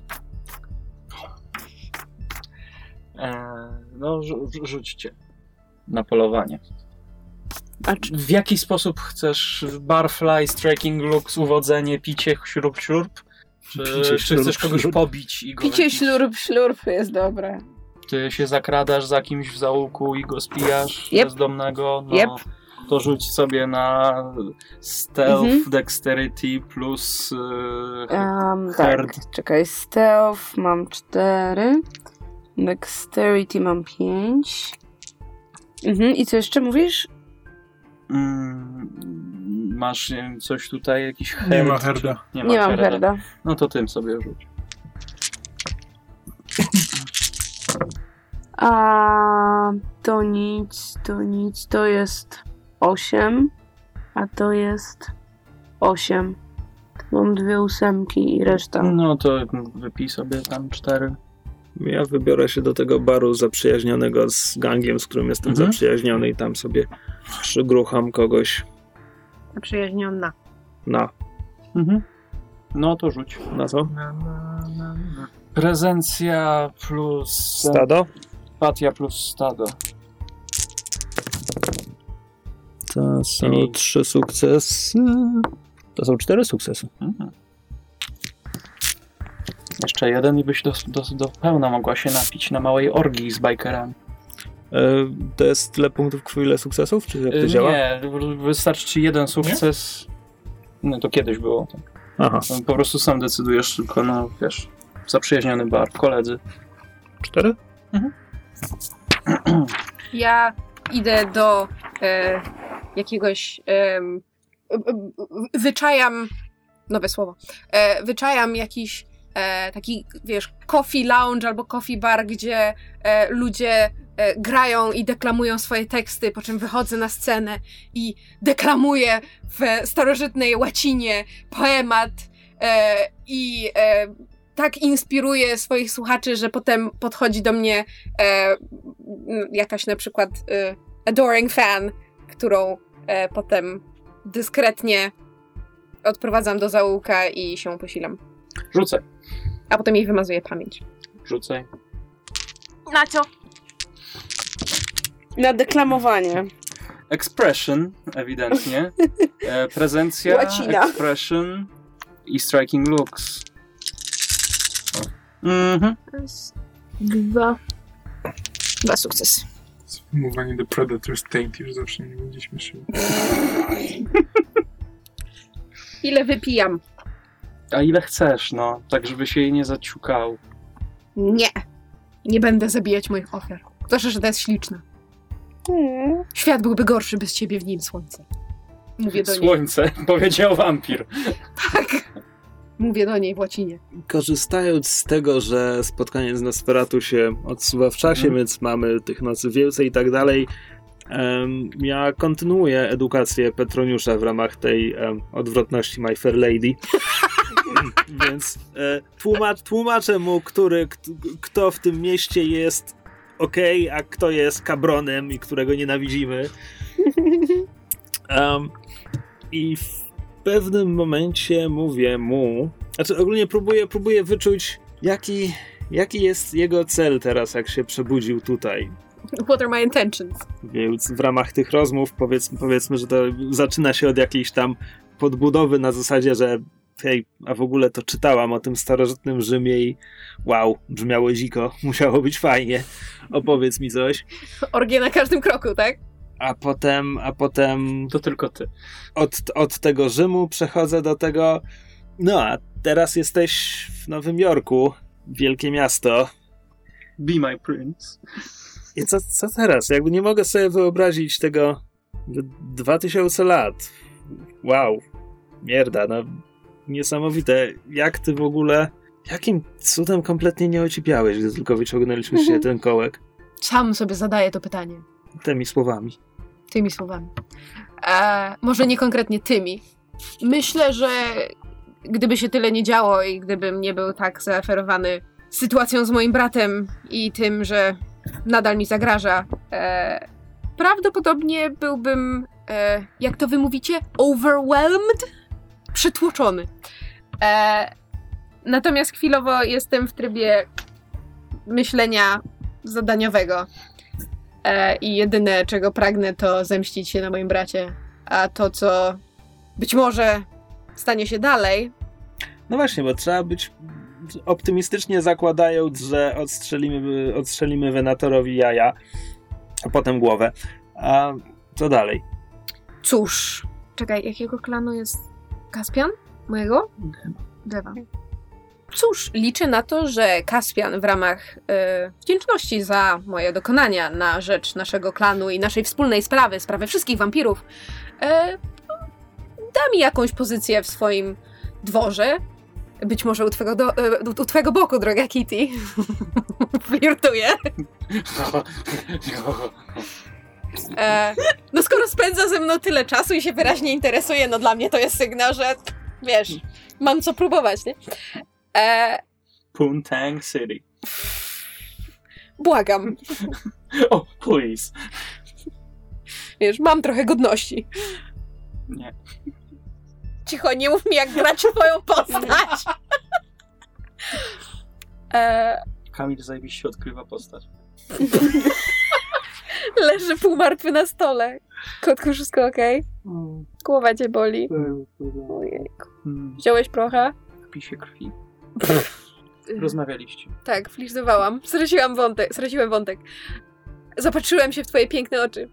No, rzućcie na polowanie. A W jaki sposób chcesz barfly, striking looks, uwodzenie, picie, śrub? Czy chcesz kogoś pobić i go Picie wypić? ślurp jest dobre. Ty się zakradasz za kimś w zaułku i go spijasz bezdomnego? No, Yep. to rzuć sobie na stealth, dexterity plus herd. Tak, czekaj, stealth mam 4, dexterity mam 5. I co jeszcze mówisz? Masz nie wiem, coś tutaj, jakiś herd? Nie ma herda. Nie mam herda. No to tym sobie rzuć. A to nic, to jest 8, a to jest 8. Mam 2 ósemki i reszta. No to wypij sobie tam 4. Ja wybiorę się do tego baru zaprzyjaźnionego z gangiem, z którym jestem zaprzyjaźniony i tam sobie przygrucham kogoś Zaprzyjaźniona. na... No to rzuć. Na co? Prezencja plus... Stado? Patia plus stado. To są 3 sukcesy. To są 4 sukcesy. Jeszcze jeden i byś do pełna mogła się napić na małej orgii z bajkerami. To jest tyle punktów krwi, ile sukcesów? Czy jak to działa? Nie, wystarczy ci jeden sukces. No to kiedyś było. Tak. Aha. Po prostu sam decydujesz, tylko no wiesz, zaprzyjaźniony bar, koledzy. 4? Ja idę do jakiegoś... wyczajam... Nowe słowo. Wyczajam jakiś taki, wiesz, coffee lounge albo coffee bar, gdzie ludzie grają i deklamują swoje teksty, po czym wychodzę na scenę i deklamuję w starożytnej łacinie poemat i tak inspiruję swoich słuchaczy, że potem podchodzi do mnie jakaś na przykład adoring fan, którą potem dyskretnie odprowadzam do zaułka i się posilam. Rzucaj. A potem jej wymazuję pamięć. Rzucaj. Na co? Na deklamowanie. Expression, ewidentnie. Prezencja, Łacina. expression i striking looks. Raz, 2. 2 sukcesy. Mówienie do Predator's Taint już zawsze nie będzie śmieszyło. Ile wypijam? A ile chcesz, no, tak żeby się jej nie zaciukał. Nie. Nie będę zabijać moich ofiar. Zwłaszcza, że to jest śliczne. Świat byłby gorszy bez ciebie w nim, słońce. Mówię do niej. Słońce, powiedział wampir. Tak. Mówię do niej w łacinie. Korzystając z tego, że spotkanie z Nosferatu się odsuwa w czasie, więc mamy tych nocy więcej i tak dalej, ja kontynuuję edukację Petroniusza w ramach tej odwrotności My Fair Lady. Więc tłumaczę mu, kto w tym mieście jest okej, a kto jest kabronem i którego nienawidzimy. I w pewnym momencie mówię mu, znaczy ogólnie próbuję wyczuć, jaki jest jego cel teraz, jak się przebudził tutaj. What are my intentions? Więc w ramach tych rozmów powiedzmy, że to zaczyna się od jakiejś tam podbudowy na zasadzie, że hej, a w ogóle to czytałam o tym starożytnym Rzymie i wow, brzmiało dziko, musiało być fajnie. Opowiedz mi coś. Orgie na każdym kroku, tak? A potem To tylko ty. od tego Rzymu przechodzę do tego, no a teraz jesteś w Nowym Jorku, wielkie miasto. Be my prince. I co teraz? Jakby nie mogę sobie wyobrazić tego 2000 lat. Wow, mierda, no niesamowite. Jak ty w ogóle, jakim cudem kompletnie nie ocipiałeś, gdy tylko wyciągnęliśmy się ten kołek? Sam sobie zadaję to pytanie. Tymi słowami. Tymi słowami. Może nie konkretnie tymi. Myślę, że gdyby się tyle nie działo i gdybym nie był tak zaaferowany sytuacją z moim bratem i tym, że nadal mi zagraża, prawdopodobnie byłbym, jak to wy mówicie, overwhelmed? Przytłoczony. Natomiast chwilowo jestem w trybie myślenia zadaniowego. I jedyne, czego pragnę, to zemścić się na moim bracie. A to, co być może stanie się dalej... No właśnie, bo trzeba być optymistycznie zakładając, że odstrzelimy Venatorowi jaja, a potem głowę. A co dalej? Cóż, czekaj, jakiego klanu jest Kaspian? Mojego? Dewa. Cóż, liczę na to, że Kaspian w ramach wdzięczności za moje dokonania na rzecz naszego klanu i naszej wspólnej sprawy wszystkich wampirów, da mi jakąś pozycję w swoim dworze. Być może u twojego boku, droga Kitty. Flirtuję. No skoro spędza ze mną tyle czasu i się wyraźnie interesuje, no dla mnie to jest sygnał, że wiesz, mam co próbować, nie? Poontang City. Błagam. Oh, please. Wiesz, mam trochę godności. Nie. Cicho, nie mów mi, jak grać twoją postać. Kamil zajebiście odkrywa postać. Leży półmartwy na stole. Kotku, wszystko okej? Głowa cię boli. Ojejku. Wziąłeś procha? W pisie krwi. Rozmawialiście. Tak, flirtowałam. Straciłem wątek. Zapatrzyłem się w twoje piękne oczy.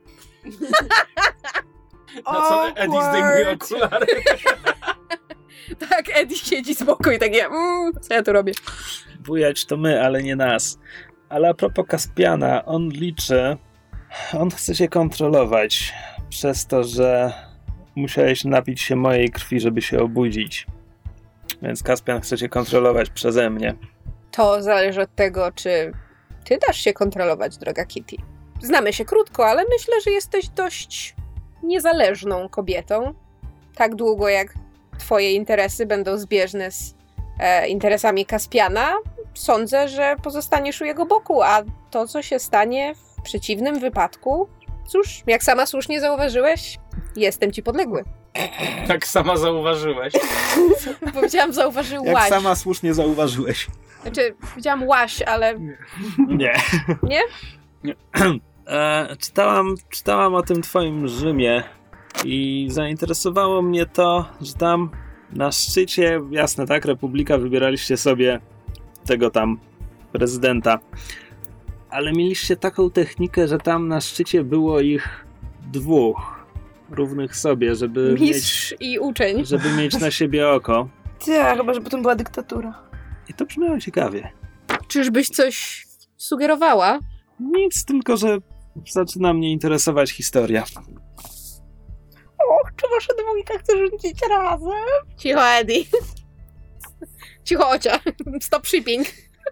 Na co Eddie zdejmuje okulary. Tak, Eddie siedzi z boku i takie co ja tu robię? Bujać to my, ale nie nas. Ale a propos Kaspiana, on chce się kontrolować przez to, że musiałeś napić się mojej krwi, żeby się obudzić. Więc Kaspian chce cię kontrolować przeze mnie. To zależy od tego, czy ty dasz się kontrolować, droga Kitty. Znamy się krótko, ale myślę, że jesteś dość niezależną kobietą. Tak długo, jak twoje interesy będą zbieżne z interesami Kaspiana, sądzę, że pozostaniesz u jego boku, a to, co się stanie w przeciwnym wypadku, cóż, jak sama słusznie zauważyłeś, jestem ci podległy. Tak sama zauważyłeś. Powiedziałam zauważyłaś. Jak sama słusznie zauważyłeś. Znaczy, powiedziałam łaś, ale... Nie. Nie? Nie. Czytałam o tym twoim Rzymie i zainteresowało mnie to, że tam na szczycie, jasne, tak, Republika, wybieraliście sobie tego tam prezydenta, ale mieliście taką technikę, że tam na szczycie było ich dwóch równych sobie, żeby mistrz i uczeń. Żeby mieć na siebie oko. Tak, chyba, że potem była dyktatura. I to brzmiało ciekawie. Czyżbyś coś sugerowała? Nic, tylko że zaczyna mnie interesować historia. Och, czy wasza dwójka chce rządzić razem? Cicho, Eddie. Cicho, Ocia. Stop shipping.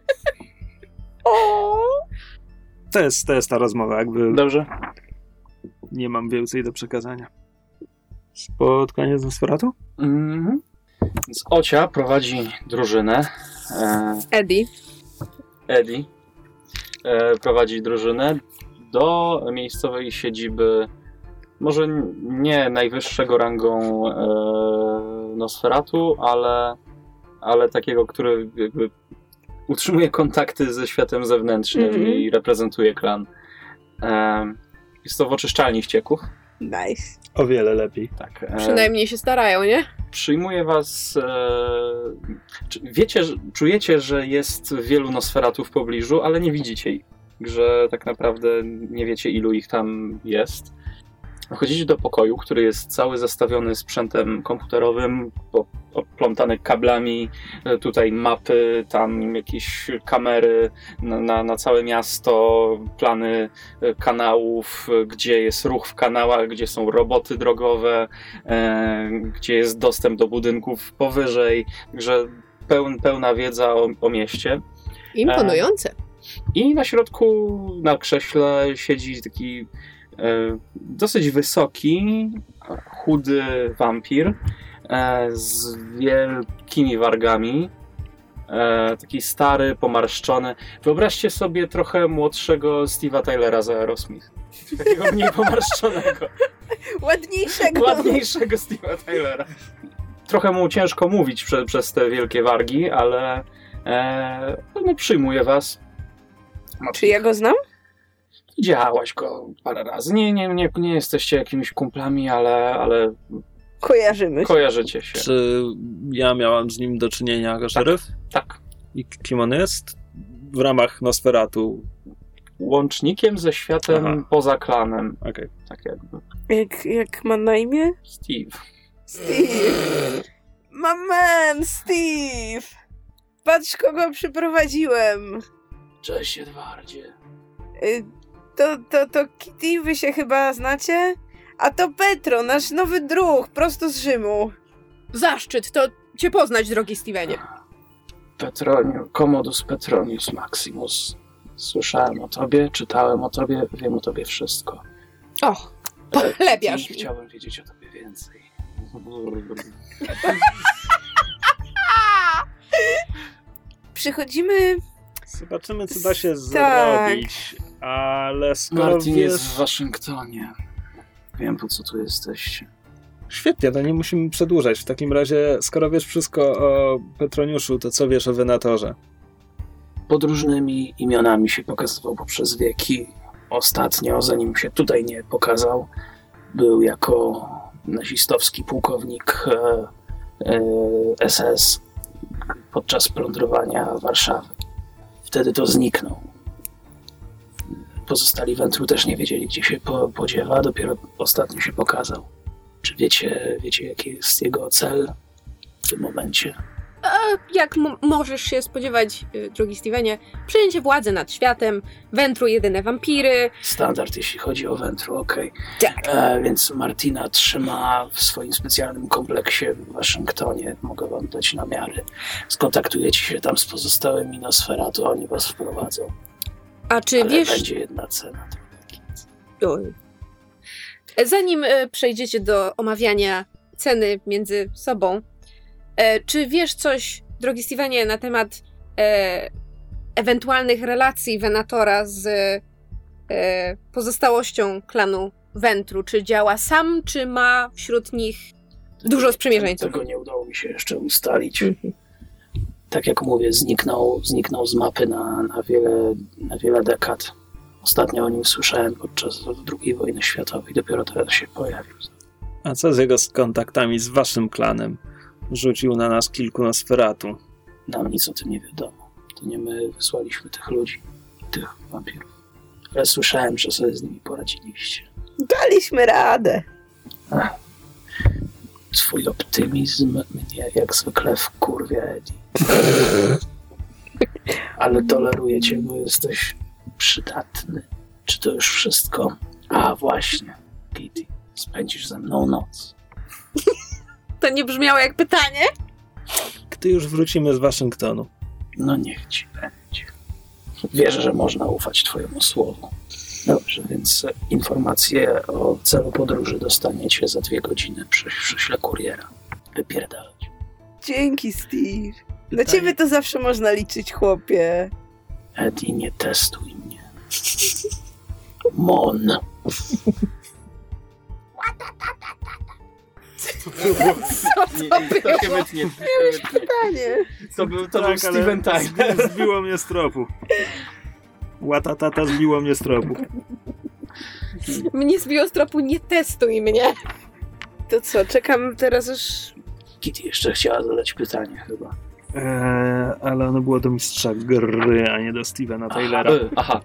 To jest ta rozmowa, jakby Dobrze. nie mam więcej do przekazania. Spotkanie z Nosferatu? Mhm. Więc Ocia prowadzi drużynę. Eddie prowadzi drużynę do miejscowej siedziby, może nie najwyższego rangą Nosferatu, ale takiego, który jakby utrzymuje kontakty ze światem zewnętrznym i reprezentuje klan. Jest to w oczyszczalni wściekłych. Nice. O wiele lepiej. Tak. Przynajmniej się starają, nie? Przyjmuje was... czujecie, że jest wielu Nosferatów w pobliżu, ale nie widzicie ich. Że tak naprawdę nie wiecie, ilu ich tam jest. Wchodzicie do pokoju, który jest cały zastawiony sprzętem komputerowym, oplątany kablami, tutaj mapy, tam jakieś kamery na całe miasto, plany kanałów, gdzie jest ruch w kanałach, gdzie są roboty drogowe, gdzie jest dostęp do budynków powyżej, także pełna wiedza o mieście. Imponujące. I na środku, na krześle siedzi taki dosyć wysoki, chudy wampir z wielkimi wargami. Taki stary, pomarszczony. Wyobraźcie sobie trochę młodszego Steve'a Tylera z Aerosmith. Takiego mniej pomarszczonego. Ładniejszego Steve'a Tylera. Trochę mu ciężko mówić przez te wielkie wargi, ale przyjmuje was. Czy ja go znam? Widziałaś go parę razy. Nie jesteście jakimiś kumplami, ale kojarzycie się. Czy ja miałam z nim do czynienia jako szeryf? Tak. I kim on jest? W ramach Nosferatu. Łącznikiem ze światem poza klanem. Okej. Tak jakby. Jak ma na imię? Steve. My man, Steve! Patrz, kogo przyprowadziłem. Cześć, Edwardzie. To Kitty, wy się chyba znacie? A to Petro, nasz nowy druh, prosto z Rzymu. Zaszczyt, to cię poznać, drogi Stevenie. Commodus Petronius Maximus. Słyszałem o tobie, czytałem o tobie, wiem o tobie wszystko. Och, pochlebiasz mi. Chciałbym wiedzieć o tobie więcej. Przychodzimy... Zobaczymy, co da się zrobić. Ale skoro Martin wiesz... jest w Waszyngtonie. Wiem, po co tu jesteście. Świetnie, to nie musimy przedłużać. W takim razie, skoro wiesz wszystko o Petroniuszu, to co wiesz o Venatorze? Pod różnymi imionami się pokazywał poprzez wieki. Ostatnio, zanim się tutaj nie pokazał, był jako nazistowski pułkownik SS podczas plądrowania Warszawy. Wtedy to zniknął. Pozostali Wentru też nie wiedzieli, gdzie się podziewa, dopiero ostatnio się pokazał. Czy wiecie, jaki jest jego cel w tym momencie? Jak możesz się spodziewać, drogi Stevenie, przejęcie władzy nad światem, Wentru jedyne wampiry. Standard, jeśli chodzi o Wentru, okej. Tak. Więc Martina trzyma w swoim specjalnym kompleksie w Waszyngtonie. Mogę wam dać namiary. Skontaktujecie się tam z pozostałymi Nosferatu, oni was wprowadzą. A czy Ale wiesz... będzie jedna cena. Zanim przejdziecie do omawiania ceny między sobą, czy wiesz coś, drogi Stevenie, na temat ewentualnych relacji Venatora z pozostałością klanu Wentru? Czy działa sam, czy ma wśród nich dużo sprzymierzeńców? Tego nie udało mi się jeszcze ustalić. Tak jak mówię, zniknął z mapy na wiele dekad. Ostatnio o nim słyszałem podczas II wojny światowej. Dopiero teraz się pojawił. A co z jego kontaktami z waszym klanem? Rzucił na nas kilku Nosferatu. Nam nic o tym nie wiadomo. To nie my wysłaliśmy tych ludzi, tych wampirów. Ale słyszałem, że sobie z nimi poradziliście. Daliśmy radę. Twój optymizm mnie jak zwykle wkurwia, Eddie. Ale toleruję cię, bo jesteś przydatny. Czy to już wszystko? A właśnie, Kitty, spędzisz ze mną noc. To nie brzmiało jak pytanie? gdy już wrócimy z Waszyngtonu. No niech ci będzie. Wierzę, że można ufać twojemu słowu. Dobrze, więc informacje o celu podróży dostaniecie za 2 godziny. Przyślę kuriera. Wypierdalać. Dzięki, Steve. Na ciebie to zawsze można liczyć, chłopie. Eddie, nie testuj mnie. Mon. Co to było? Miałeś pytanie. To był Steven Tyler. Zbiło mnie z tropu. Łatatata zbiło mnie z tropu. Mnie zbiło z tropu, nie testuj mnie. To co, czekam teraz aż... Kitty jeszcze chciała zadać pytanie chyba. Ale ono było do mistrza gry, a nie do Stevena Tylera. Aha.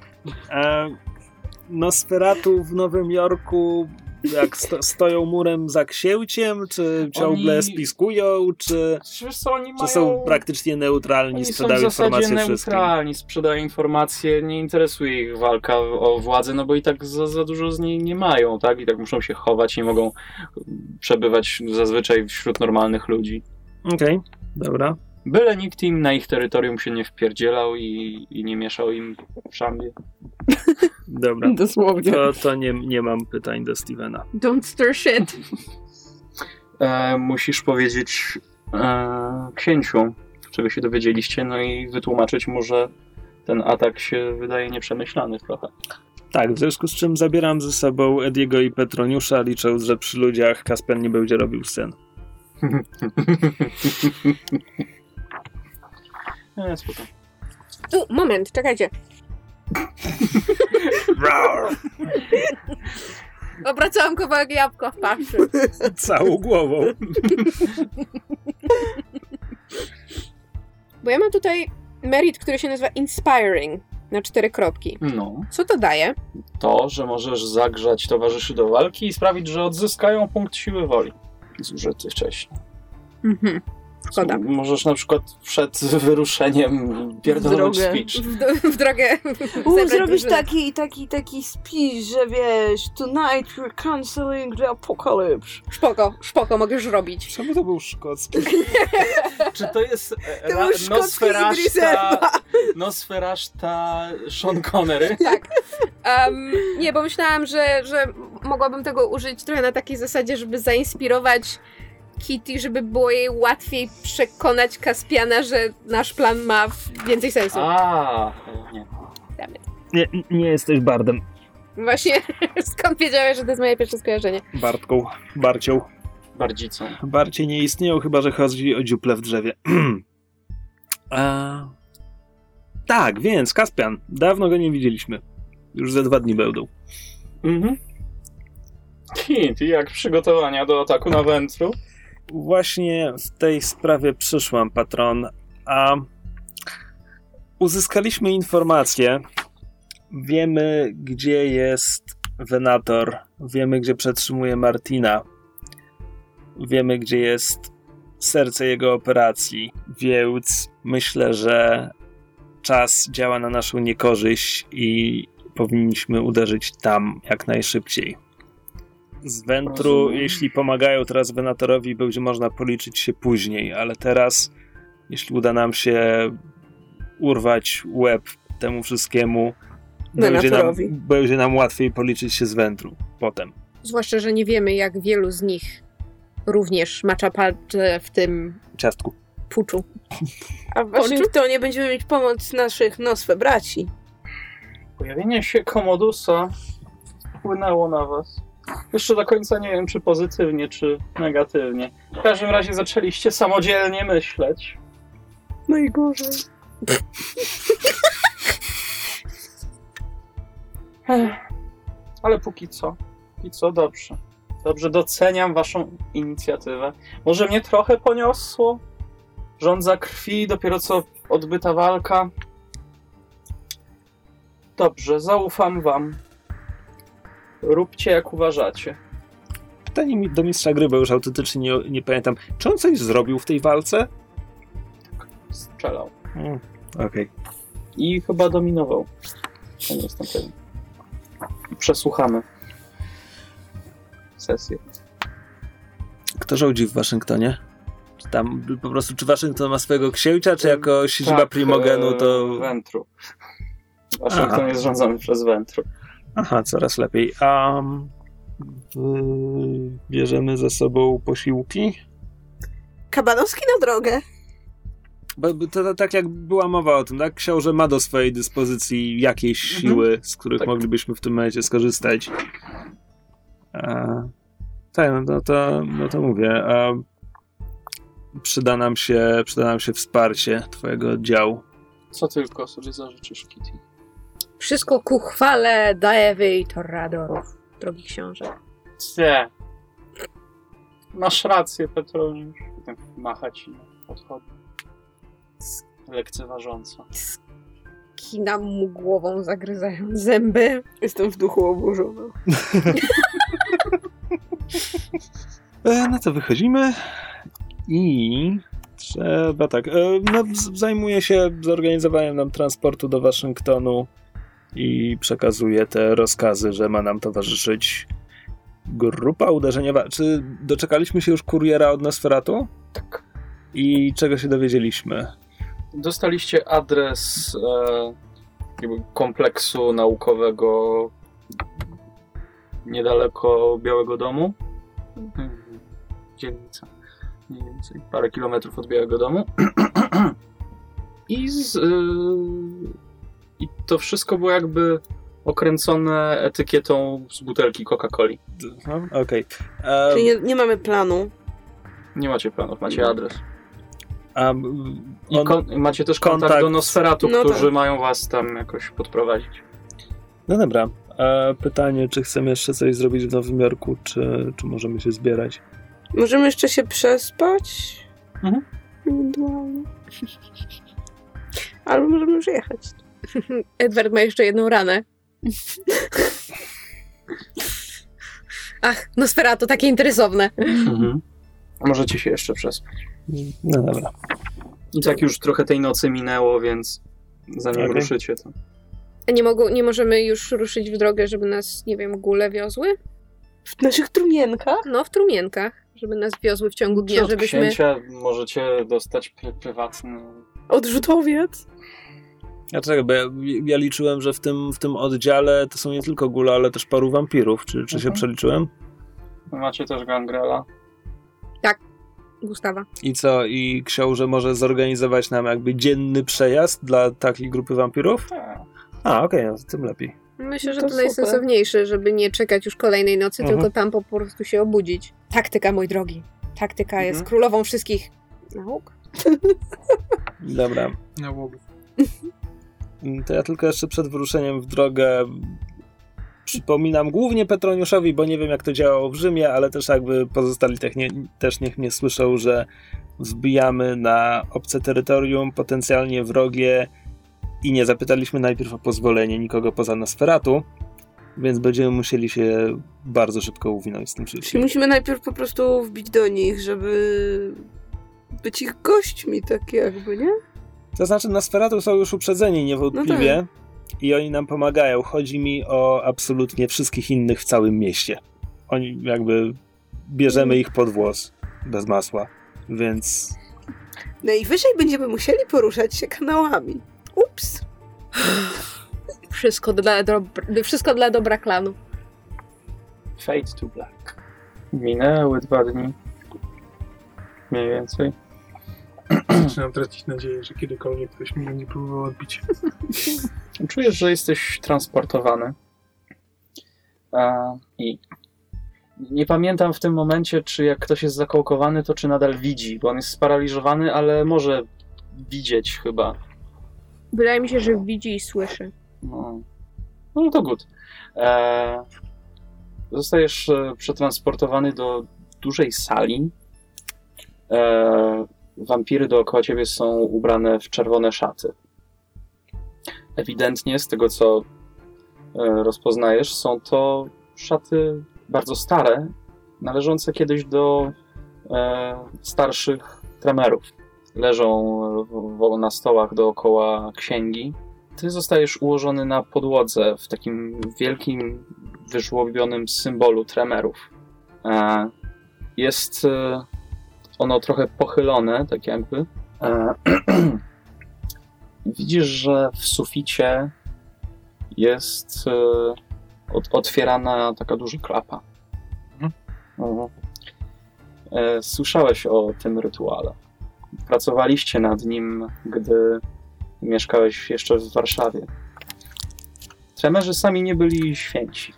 Nosferatu w Nowym Jorku jak stoją murem za księciem, czy ciągle spiskują, czy są praktycznie neutralni, sprzedają informacje wszystkim? Oni są w zasadzie neutralni, sprzedają informacje, nie interesuje ich walka o władzę, no bo i tak za dużo z niej nie mają, tak? I tak muszą się chować, nie mogą przebywać zazwyczaj wśród normalnych ludzi. Okej, dobra. Byle nikt im na ich terytorium się nie wpierdzielał i nie mieszał im w szambie. Dobra. Dosłownie. To nie mam pytań do Stevena. Don't stir shit. Musisz powiedzieć księciu, czego się dowiedzieliście, no i wytłumaczyć mu, że ten atak się wydaje nieprzemyślany trochę. Tak, w związku z czym zabieram ze sobą Ediego i Petroniusza, licząc, że przy ludziach Kasper nie będzie robił scen. Spoko. Moment, czekajcie. Obracałam kawałek jabłka w paszy. Całą głową. Bo ja mam tutaj merit, który się nazywa Inspiring na 4 kropki. No. Co to daje? To, że możesz zagrzać towarzyszy do walki i sprawić, że odzyskają punkt siły woli zużyty wcześniej. Mhm. Szkoda. Możesz na przykład przed wyruszeniem pierdolnąć speech. W drogę. Zrobisz taki speech, że wiesz, tonight we're cancelling the apocalypse. Szpoko, możesz robić. Czemu to był szkocki? Czy to jest Nosferaszta Sean Connery? Tak. Nie, bo myślałam, że mogłabym tego użyć trochę na takiej zasadzie, żeby zainspirować Kitty, żeby było jej łatwiej przekonać Kaspiana, że nasz plan ma więcej sensu. Nie jesteś bardem. Właśnie, skąd wiedziałeś, że to jest moje pierwsze skojarzenie? Barcią. Bardzicą. Barcie nie istnieją, chyba że chodzi o dziuple w drzewie. Tak, więc Kaspian. Dawno go nie widzieliśmy. Już ze 2 dni będą. Kitty, jak przygotowania do ataku na Wentru? Właśnie w tej sprawie przyszłam, patron. Uzyskaliśmy informację. Wiemy, gdzie jest Venator. Wiemy, gdzie przetrzymuje Martina. Wiemy, gdzie jest serce jego operacji. Więc myślę, że czas działa na naszą niekorzyść i powinniśmy uderzyć tam jak najszybciej. Z Wentru, jeśli pomagają teraz Venatorowi, będzie można policzyć się później, ale teraz, jeśli uda nam się urwać łeb temu wszystkiemu, będzie nam łatwiej policzyć się z Wentru potem. Zwłaszcza, że nie wiemy, jak wielu z nich również macza palce w tym ciastku. Puczu. A w Waszyngtonie będziemy mieć pomoc naszych Nosfe-braci. Pojawienie się Commodusa wpłynęło na was. Jeszcze do końca nie wiem, czy pozytywnie, czy negatywnie. W każdym razie zaczęliście samodzielnie myśleć. Najgorzej. Ale póki co dobrze. Dobrze, doceniam waszą inicjatywę. Może mnie trochę poniosło? Żądza krwi, dopiero co odbyta walka. Dobrze, zaufam wam. Róbcie jak uważacie. Pytanie do mistrza gry, bo już autentycznie nie pamiętam. Czy on coś zrobił w tej walce? Strzelał. Okej. I chyba dominował. Ja nie jestem pewien. Przesłuchamy sesję. Kto rządzi w Waszyngtonie? Czy tam po prostu, czy Waszyngton ma swojego księcia, czy jako siedziba Primogenu to... Wentru. Waszyngton jest rządzony przez Wentru. Aha, coraz lepiej. Bierzemy ze sobą posiłki? Kabanowski na drogę. Bo to tak jak była mowa o tym, tak? Książę ma do swojej dyspozycji jakieś siły, z których moglibyśmy w tym momencie skorzystać. Tak, no to mówię. Przyda nam się wsparcie twojego oddziału. Co tylko sobie zażyczysz, Kitty? Wszystko ku chwale Daewy i Torradorów, drogi książę. Nie. Masz rację, Petroniusz. Macha ci na podchodnie. Lekceważąco. Kinam mu głową, zagryzając zęby. Jestem w duchu oburzona. No to wychodzimy i trzeba tak. Zajmuję się zorganizowaniem nam transportu do Waszyngtonu i przekazuję te rozkazy, że ma nam towarzyszyć grupa uderzeniowa. Czy doczekaliśmy się już kuriera od Nosferatu? Tak. I czego się dowiedzieliśmy? Dostaliście adres kompleksu naukowego niedaleko Białego Domu. Dzielnica. Mniej więcej parę kilometrów od Białego Domu. I to wszystko było jakby okręcone etykietą z butelki Coca-Coli. Okej. Czyli nie mamy planu. Nie macie planów, macie adres. I macie też kontakt do Nosferatu, którzy mają was tam jakoś podprowadzić. No dobra. Pytanie, czy chcemy jeszcze coś zrobić w Nowym Jorku, czy możemy się zbierać? Możemy jeszcze się przespać? Ewentualnie. Albo możemy już jechać. Edward ma jeszcze jedną ranę. Ach, Nosferatu, takie interesowne. Możecie się jeszcze przespać. No dobra. I tak już trochę tej nocy minęło, więc zanim ruszycie to... Nie możemy już ruszyć w drogę, żeby nas, nie wiem, góle wiozły? W naszych trumienkach? No, w trumienkach. Żeby nas wiozły w ciągu dnia, Od żebyśmy... księcia możecie dostać prywatny... Odrzutowiec? Dlaczego? Bo ja liczyłem, że w tym oddziale to są nie tylko góle, ale też paru wampirów. Czy się przeliczyłem? Macie też Gangrela. Tak, Gustawa. I co? I książę może zorganizować nam jakby dzienny przejazd dla takiej grupy wampirów? Okej, no to tym lepiej. Myślę, że to najsensowniejsze, żeby nie czekać już kolejnej nocy, tylko tam po prostu się obudzić. Taktyka, mój drogi. Taktyka jest królową wszystkich nauk. Dobra. Nałogów. To ja tylko jeszcze przed wyruszeniem w drogę przypominam głównie Petroniuszowi, bo nie wiem jak to działało w Rzymie, ale też jakby pozostali też niech mnie słyszą, że wbijamy na obce terytorium, potencjalnie wrogie i nie zapytaliśmy najpierw o pozwolenie nikogo poza Nosferatu, więc będziemy musieli się bardzo szybko uwinąć z tym wszystkim. Czyli musimy najpierw po prostu wbić do nich, żeby być ich gośćmi, tak jakby, nie? To znaczy Nosferatu są już uprzedzeni niewątpliwie. No tak. I oni nam pomagają. Chodzi mi o absolutnie wszystkich innych w całym mieście. Oni jakby bierzemy ich pod włos bez masła, więc... Najwyżej będziemy musieli poruszać się kanałami. Ups. Wszystko dla dobra klanu. Fade to black. Minęły 2 dni. Mniej więcej. Zaczynam tracić nadzieję, że kiedykolwiek ktoś mnie będzie próbował odbić. Czujesz, że jesteś transportowany. I nie pamiętam w tym momencie, czy jak ktoś jest zakołkowany, to czy nadal widzi, bo on jest sparaliżowany, ale może widzieć chyba. Wydaje mi się, że widzi i słyszy. No to good. Zostajesz przetransportowany do dużej sali. Wampiry dookoła ciebie są ubrane w czerwone szaty. Ewidentnie, z tego co rozpoznajesz, są to szaty bardzo stare, należące kiedyś do starszych tremerów. Leżą na stołach dookoła księgi. Ty zostajesz ułożony na podłodze w takim wielkim, wyżłobionym symbolu tremerów. Jest ono trochę pochylone, tak jakby. Widzisz, że w suficie jest otwierana taka duża klapa. Słyszałeś o tym rytuale. Pracowaliście nad nim, gdy mieszkałeś jeszcze w Warszawie. Tremerzy sami nie byli święci.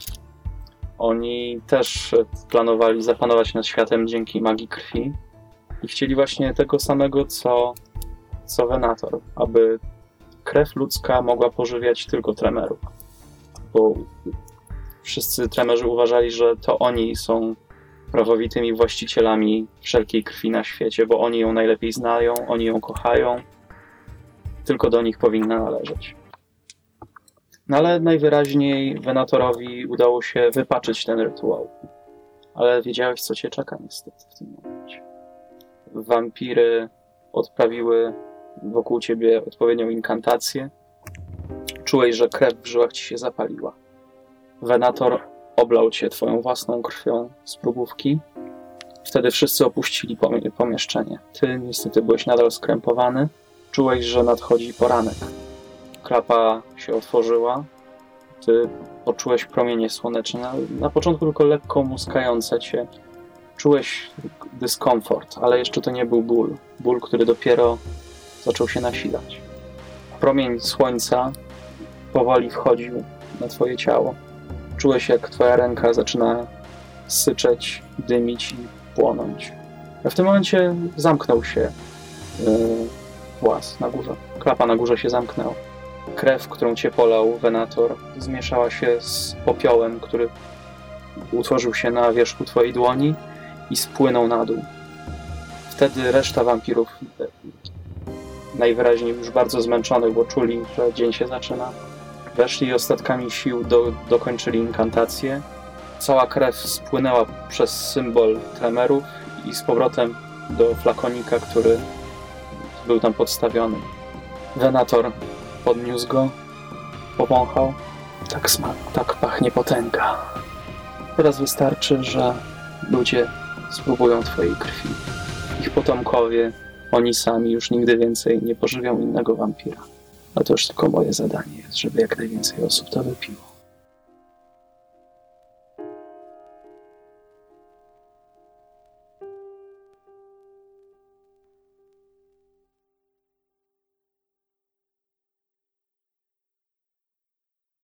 Oni też planowali zapanować nad światem dzięki magii krwi i chcieli właśnie tego samego, co Venator, aby krew ludzka mogła pożywiać tylko tremerów. Bo wszyscy tremerzy uważali, że to oni są prawowitymi właścicielami wszelkiej krwi na świecie, bo oni ją najlepiej znają, oni ją kochają. Tylko do nich powinna należeć. No ale najwyraźniej Venatorowi udało się wypaczyć ten rytuał. Ale wiedziałeś, co cię czeka niestety w tym momencie. Wampiry odprawiły wokół ciebie odpowiednią inkantację. Czułeś, że krew w żyłach ci się zapaliła. Venator oblał cię twoją własną krwią z próbówki. Wtedy wszyscy opuścili pomieszczenie. Ty niestety byłeś nadal skrępowany. Czułeś, że nadchodzi poranek. Klapa się otworzyła. Ty poczułeś promienie słoneczne. Na początku tylko lekko muskające cię. Czułeś dyskomfort, ale jeszcze to nie był ból. Ból, który dopiero zaczął się nasilać. Promień słońca powoli wchodził na twoje ciało. Czułeś, jak twoja ręka zaczyna syczeć, dymić i płonąć. A w tym momencie zamknął się włas na górze. Klapa na górze się zamknęła. Krew, którą cię polał Venator, zmieszała się z popiołem, który utworzył się na wierzchu twojej dłoni i spłynął na dół. Wtedy reszta wampirów, najwyraźniej już bardzo zmęczonych, bo czuli, że dzień się zaczyna, weszli i ostatkami sił dokończyli inkantację. Cała krew spłynęła przez symbol tremerów i z powrotem do flakonika, który był tam podstawiony. Venator podniósł go, powąchał. Tak pachnie potęga. Teraz wystarczy, że ludzie spróbują twojej krwi. Ich potomkowie, oni sami już nigdy więcej nie pożywią innego wampira. A to już tylko moje zadanie jest, żeby jak najwięcej osób to wypiło.